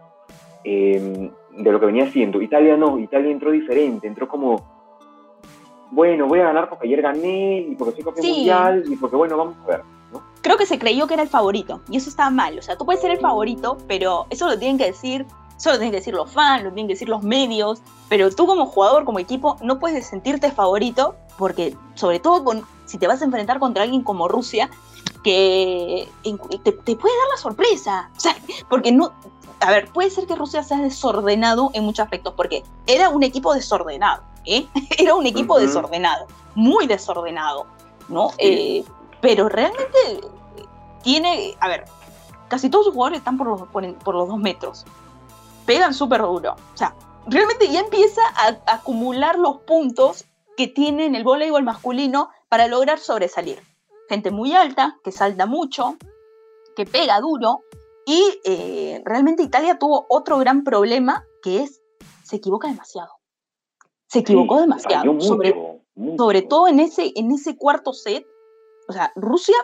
[SPEAKER 2] haciendo. Italia no, Italia entró diferente, entró como, bueno, voy a ganar porque ayer gané y porque soy campeón mundial y porque bueno, vamos a ver, ¿no?
[SPEAKER 1] Creo que se creyó que era el favorito y eso estaba mal. O sea, tú puedes ser el favorito, pero eso lo tienen que decir los fans, lo tienen que decir los medios, pero tú como jugador, como equipo, no puedes sentirte favorito porque, sobre todo si te vas a enfrentar contra alguien como Rusia, que te puede dar la sorpresa. O sea, porque no... A ver, puede ser que Rusia sea desordenado en muchos aspectos, porque era un equipo desordenado, Era un equipo desordenado, muy desordenado, ¿no? Pero realmente tiene... A ver, casi todos sus jugadores están por los 2 metros. Pegan súper duro. O sea, realmente ya empieza a acumular los puntos que tiene en el voleibol masculino para lograr sobresalir. Gente muy alta, que salta mucho, que pega duro. Y realmente Italia tuvo otro gran problema, que es, se equivoca demasiado. Se equivocó demasiado. Sobre todo en ese cuarto set. O sea, Rusia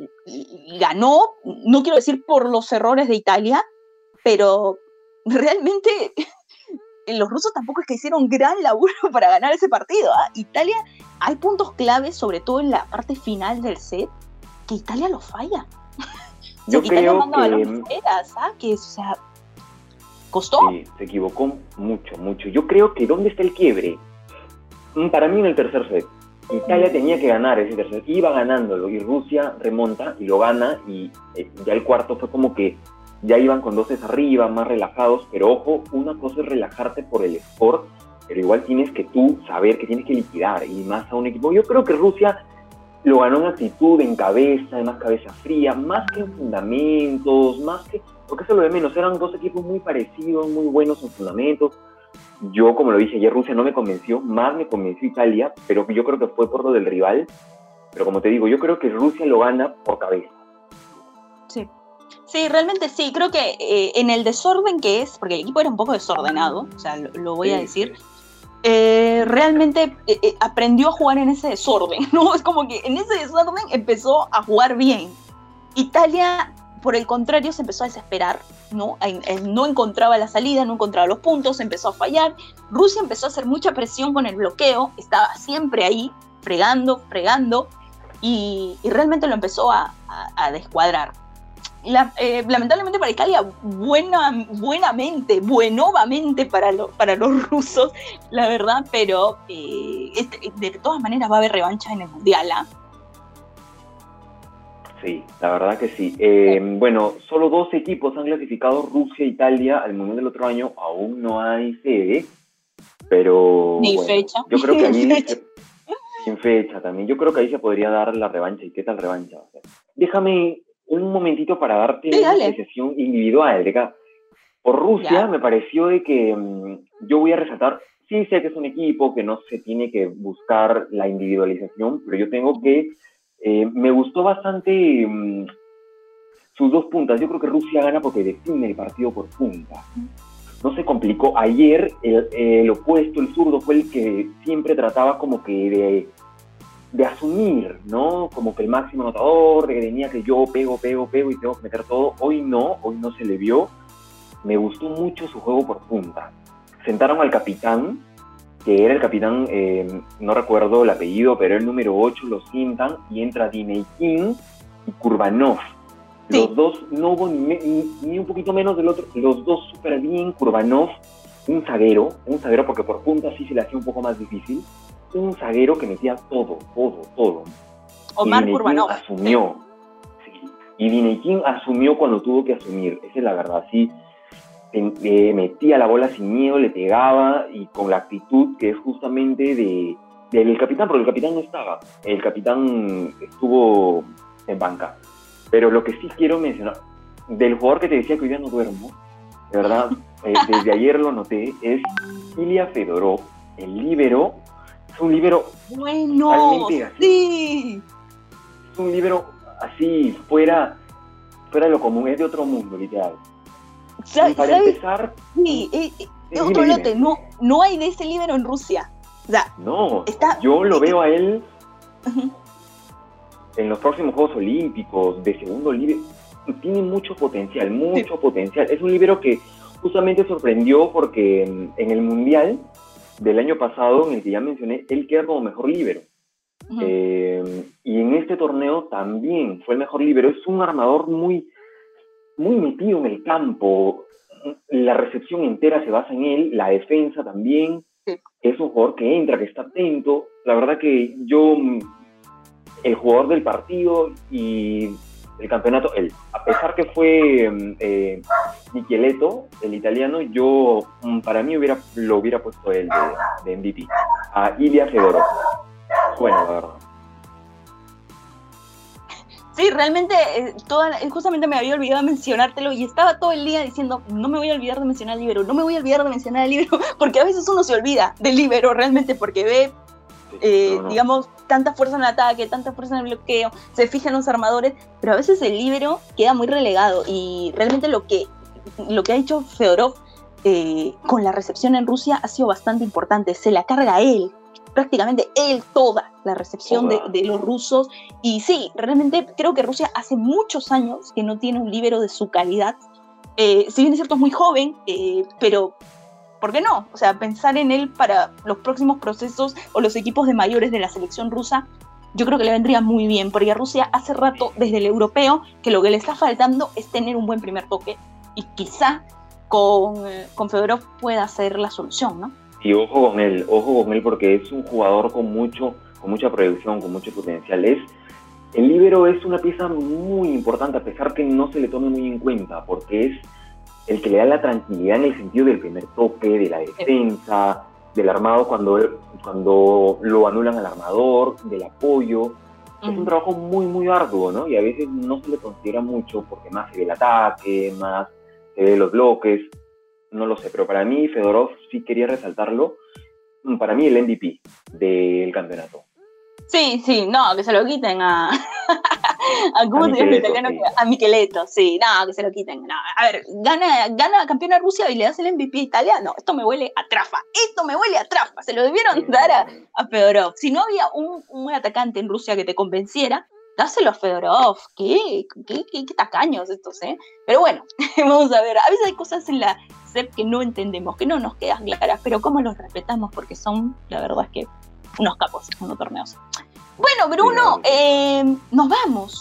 [SPEAKER 1] ganó, no quiero decir por los errores de Italia, pero realmente los rusos tampoco es que hicieron gran laburo para ganar ese partido. Italia, hay puntos claves, sobre todo en la parte final del set, que Italia lo falla.
[SPEAKER 2] Yo creo
[SPEAKER 1] que... o sea, costó.
[SPEAKER 2] Sí, se equivocó mucho. Yo creo que ¿dónde está el quiebre? Para mí en el tercer set. Italia tenía que ganar ese tercer set, iba ganándolo y Rusia remonta y lo gana y ya el cuarto fue como que ya iban con 2 sets arriba, más relajados, pero ojo, una cosa es relajarte por el score, pero igual tienes que tú saber que tienes que liquidar y más a un equipo. Yo creo que Rusia lo ganó en actitud, en cabeza, en más cabeza fría, más que en fundamentos, porque eso es lo de menos, eran 2 equipos muy parecidos, muy buenos en fundamentos. Yo, como lo dije ayer, Rusia no me convenció, más me convenció Italia, pero yo creo que fue por lo del rival. Pero como te digo, yo creo que Rusia lo gana por cabeza.
[SPEAKER 1] Sí, realmente sí. Creo que en el desorden que es, porque el equipo era un poco desordenado, o sea, lo voy a decir, realmente aprendió a jugar en ese desorden, ¿no? Es como que en ese desorden empezó a jugar bien. Italia, por el contrario, se empezó a desesperar, ¿no? No encontraba la salida, no encontraba los puntos, empezó a fallar. Rusia empezó a hacer mucha presión con el bloqueo, estaba siempre ahí, fregando, y realmente lo empezó a descuadrar. Lamentablemente para Italia, buenovamente para los rusos, la verdad, pero de todas maneras va a haber revancha en el Mundial,
[SPEAKER 2] Sí, la verdad que sí. Bueno, solo 2 equipos han clasificado, Rusia e Italia, al Mundial del otro año. Aún no hay sede, pero
[SPEAKER 1] Ni
[SPEAKER 2] bueno,
[SPEAKER 1] fecha.
[SPEAKER 2] yo creo que
[SPEAKER 1] Ni
[SPEAKER 2] ahí,
[SPEAKER 1] fecha.
[SPEAKER 2] sin fecha también, yo creo que ahí se podría dar la revancha. ¿Y qué tal revancha? O sea, déjame un momentito para darte
[SPEAKER 1] Sí,
[SPEAKER 2] una
[SPEAKER 1] dale.
[SPEAKER 2] apreciación individual. Por Rusia
[SPEAKER 1] Ya.
[SPEAKER 2] me pareció de que yo voy a resaltar, sí sé que es un equipo que no se tiene que buscar la individualización, pero yo tengo que, me gustó bastante sus 2 puntas. Yo creo que Rusia gana porque define el partido por punta. No se complicó. Ayer el opuesto, el zurdo, fue el que siempre trataba como que de asumir, ¿no? Como que el máximo anotador, de que tenía que yo pego y tengo que meter todo. Hoy no se le vio. Me gustó mucho su juego por punta. Sentaron al capitán, que era el capitán, no recuerdo el apellido, pero el número 8, lo sientan y entra Dineikin y Kurbanov.
[SPEAKER 1] Sí.
[SPEAKER 2] Los dos no hubo ni un poquito menos del otro, los dos súper bien. Kurbanov, un zaguero porque por punta sí se le hacía un poco más difícil, un zaguero que metía todo.
[SPEAKER 1] Omar
[SPEAKER 2] y
[SPEAKER 1] Kurbanov.
[SPEAKER 2] Asumió. Sí. Y Dineikin asumió cuando tuvo que asumir, esa es la verdad, sí. Metía la bola sin miedo, le pegaba y con la actitud que es justamente del capitán, porque el capitán no estaba, el capitán estuvo en banca. Pero lo que sí quiero mencionar, del jugador que te decía que hoy día no duermo, de verdad, desde ayer lo noté, es Ilya Fedorov, el líbero. Es un líbero
[SPEAKER 1] Bueno, sí.
[SPEAKER 2] Es un líbero así, fuera de lo común, es de otro mundo, literal. Para empezar...
[SPEAKER 1] Sí, otro lote, no hay de ese líbero en Rusia. O sea,
[SPEAKER 2] no, yo lo veo a él en los próximos Juegos Olímpicos, de segundo líbero. Tiene mucho potencial. Es un líbero que justamente sorprendió porque en el Mundial del año pasado, en el que ya mencioné, él queda como mejor líbero. Y en este torneo también fue el mejor líbero. Es un armador muy metido en el campo. La recepción entera se basa en él, la defensa también. Sí. Es un jugador que entra, que está atento. La verdad que yo, el jugador del partido y el campeonato, a pesar que fue Micheletto, el italiano, yo para mí lo hubiera puesto él de MVP, a Ilya Fedorov. Bueno, la verdad.
[SPEAKER 1] Sí, realmente, justamente me había olvidado de mencionártelo y estaba todo el día diciendo, no me voy a olvidar de mencionar al líbero, porque a veces uno se olvida del líbero realmente porque ve, digamos, tanta fuerza en el ataque, tanta fuerza en el bloqueo, se fija en los armadores, pero a veces el líbero queda muy relegado y realmente lo que ha hecho Fedorov con la recepción en Rusia ha sido bastante importante, se la carga él. Prácticamente él toda la recepción de los rusos. Y sí, realmente creo que Rusia hace muchos años que no tiene un líbero de su calidad. Si bien es cierto, es muy joven, pero ¿por qué no? O sea, pensar en él para los próximos procesos o los equipos de mayores de la selección rusa, yo creo que le vendría muy bien, porque a Rusia hace rato, desde el europeo, que lo que le está faltando es tener un buen primer toque. Y quizá con Fedorov pueda ser la solución, ¿no?
[SPEAKER 2] Y ojo con él porque es un jugador con mucha proyección, con mucho potencial. El líbero es una pieza muy importante, a pesar que no se le tome muy en cuenta, porque es el que le da la tranquilidad en el sentido del primer toque, de la defensa, del armado cuando lo anulan al armador, del apoyo. Es un trabajo muy arduo, ¿no? Y a veces no se le considera mucho porque más se ve el ataque, más se ve los bloques. No lo sé, pero para mí Fedorov sí quería resaltarlo. Para mí el MVP del campeonato.
[SPEAKER 1] Sí, no, que se lo quiten a ¿cómo se llama el italiano? Sí. A Micheletto, sí, no, que se lo quiten. No. A ver, gana campeona Rusia y le das el MVP a Italia. No, esto me huele a trafa. Se lo debieron dar a Fedorov. Si no había un atacante en Rusia que te convenciera, dáselo a Fedorov. ¿Qué tacaños estos, eh? Pero bueno, vamos a ver. A veces hay cosas en la SEP que no entendemos, que no nos quedan claras, pero cómo los respetamos porque son, la verdad es que, unos capos en los torneos. Bueno, Bruno, nos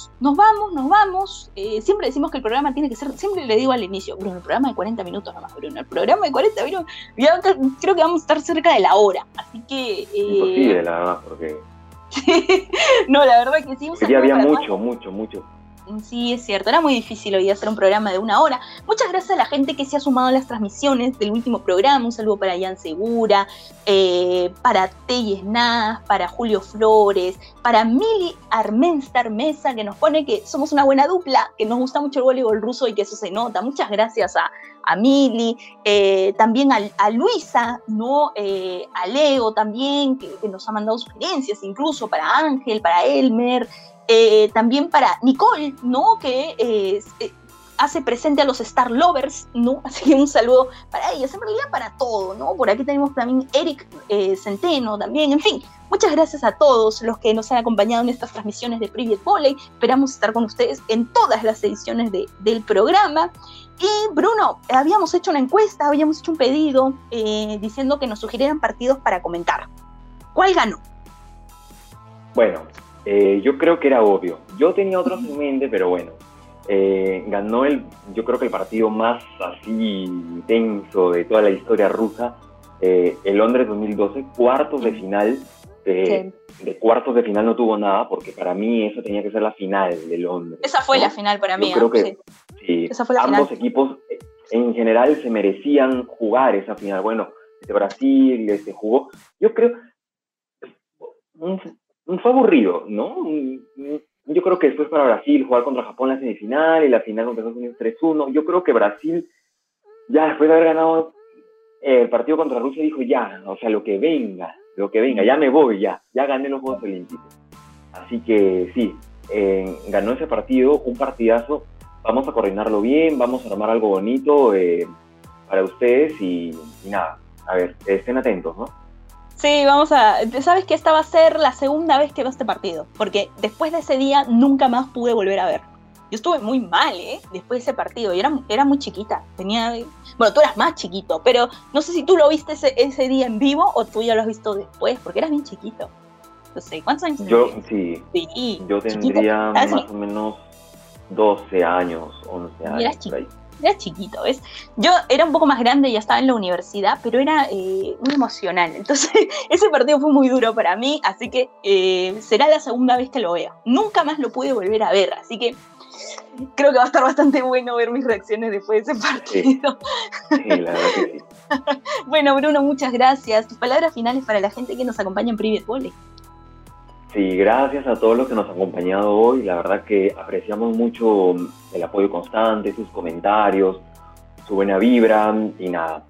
[SPEAKER 1] vamos. Siempre decimos que el programa tiene que ser, siempre le digo al inicio, Bruno, el programa de 40 minutos nomás, Bruno, el programa de 40 minutos, ya creo que vamos a estar cerca de la hora, así que...
[SPEAKER 2] Imposible, la verdad, porque...
[SPEAKER 1] No, la verdad que sí.
[SPEAKER 2] Ya había mucho.
[SPEAKER 1] Sí, es cierto, era muy difícil hoy hacer un programa de 1 hora. Muchas gracias a la gente que se ha sumado a las transmisiones del último programa. Un saludo para Jan Segura, para Telles Naz, para Julio Flores, para Mili Armenstar Mesa, que nos pone que somos una buena dupla, que nos gusta mucho el voleibol ruso y que eso se nota. Muchas gracias a Mili, también a Luisa, ¿no? A Leo también, que nos ha mandado sugerencias, incluso para Ángel, para Elmer. También para Nicole, ¿no? Que hace presente a los Star Lovers, ¿no? Así que un saludo para ellos, en realidad para todo, ¿no? Por aquí tenemos también Eric Centeno también, en fin, muchas gracias a todos los que nos han acompañado en estas transmisiones de Private Volley. Esperamos estar con ustedes en todas las ediciones del programa. Y Bruno, habíamos hecho una encuesta, habíamos hecho un pedido diciendo que nos sugirieran partidos para comentar. ¿Cuál ganó?
[SPEAKER 2] Bueno, yo creo que era obvio. Yo tenía otros en mente, pero bueno. Ganó yo creo que el partido más así tenso de toda la historia rusa, el Londres 2012, cuartos de final. De cuartos de final no tuvo nada, porque para mí eso tenía que ser la final de Londres.
[SPEAKER 1] Esa fue, ¿no? La final para mí.
[SPEAKER 2] Yo creo que sí, esa fue la ambos final. Equipos en general se merecían jugar esa final. Bueno, Brasil jugó. Yo creo fue aburrido, ¿no? Yo creo que después para Brasil jugar contra Japón la semifinal y la final contra Estados Unidos 3-1. Yo creo que Brasil, ya después de haber ganado el partido contra Rusia, dijo ya, o sea, lo que venga, ya me voy, ya gané los Juegos Olímpicos. Así que sí, ganó ese partido, un partidazo. Vamos a coordinarlo bien, vamos a armar algo bonito para ustedes y nada, a ver, estén atentos, ¿no?
[SPEAKER 1] Sí, sabes que esta va a ser la segunda vez que veo este partido, porque después de ese día nunca más pude volver a ver. Yo estuve muy mal, después de ese partido, y era muy chiquita, bueno, tú eras más chiquito, pero no sé si tú lo viste ese día en vivo o tú ya lo has visto después, porque eras bien chiquito. No sé, ¿cuántos años tenías?
[SPEAKER 2] Sí, yo tendría más o menos 12 años, 11 años.
[SPEAKER 1] Eras chiquito. Era chiquito, ¿ves? Yo era un poco más grande, ya estaba en la universidad, pero era muy emocional. Entonces, ese partido fue muy duro para mí, así que será la segunda vez que lo vea. Nunca más lo pude volver a ver, así que creo que va a estar bastante bueno ver mis reacciones después de ese partido.
[SPEAKER 2] Sí, la verdad que sí.
[SPEAKER 1] Bueno, Bruno, muchas gracias. Tus palabras finales para la gente que nos acompaña en Private Volley.
[SPEAKER 2] Sí, gracias a todos los que nos han acompañado hoy. La verdad que apreciamos mucho el apoyo constante, sus comentarios, su buena vibra y nada.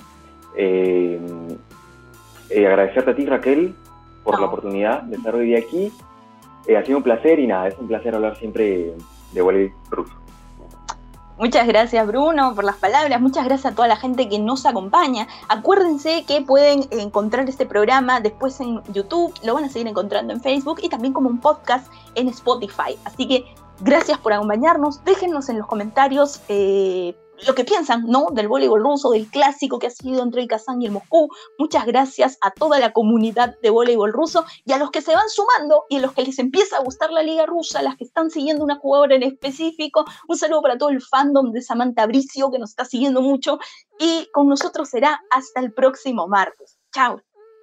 [SPEAKER 2] Agradecerte a ti, Raquel, por la oportunidad de estar hoy día aquí. Ha sido un placer y nada, es un placer hablar siempre de voleibol ruso.
[SPEAKER 1] Muchas gracias, Bruno, por las palabras. Muchas gracias a toda la gente que nos acompaña. Acuérdense que pueden encontrar este programa después en YouTube, lo van a seguir encontrando en Facebook y también como un podcast en Spotify. Así que gracias por acompañarnos. Déjennos en los comentarios lo que piensan, ¿no? Del voleibol ruso, del clásico que ha sido entre el Kazán y el Moscú. Muchas gracias a toda la comunidad de voleibol ruso y a los que se van sumando y a los que les empieza a gustar la liga rusa, las que están siguiendo una jugadora en específico. Un saludo para todo el fandom de Samantha Bricio que nos está siguiendo mucho y con nosotros será hasta el próximo martes. Chao.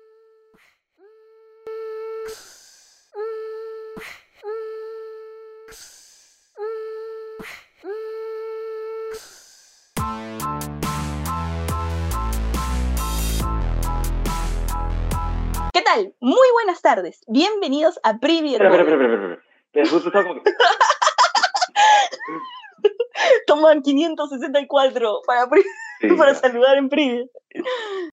[SPEAKER 1] ¿Qué tal? Muy buenas tardes. Bienvenidos a Private Volley. Toman 564 para saludar en Private.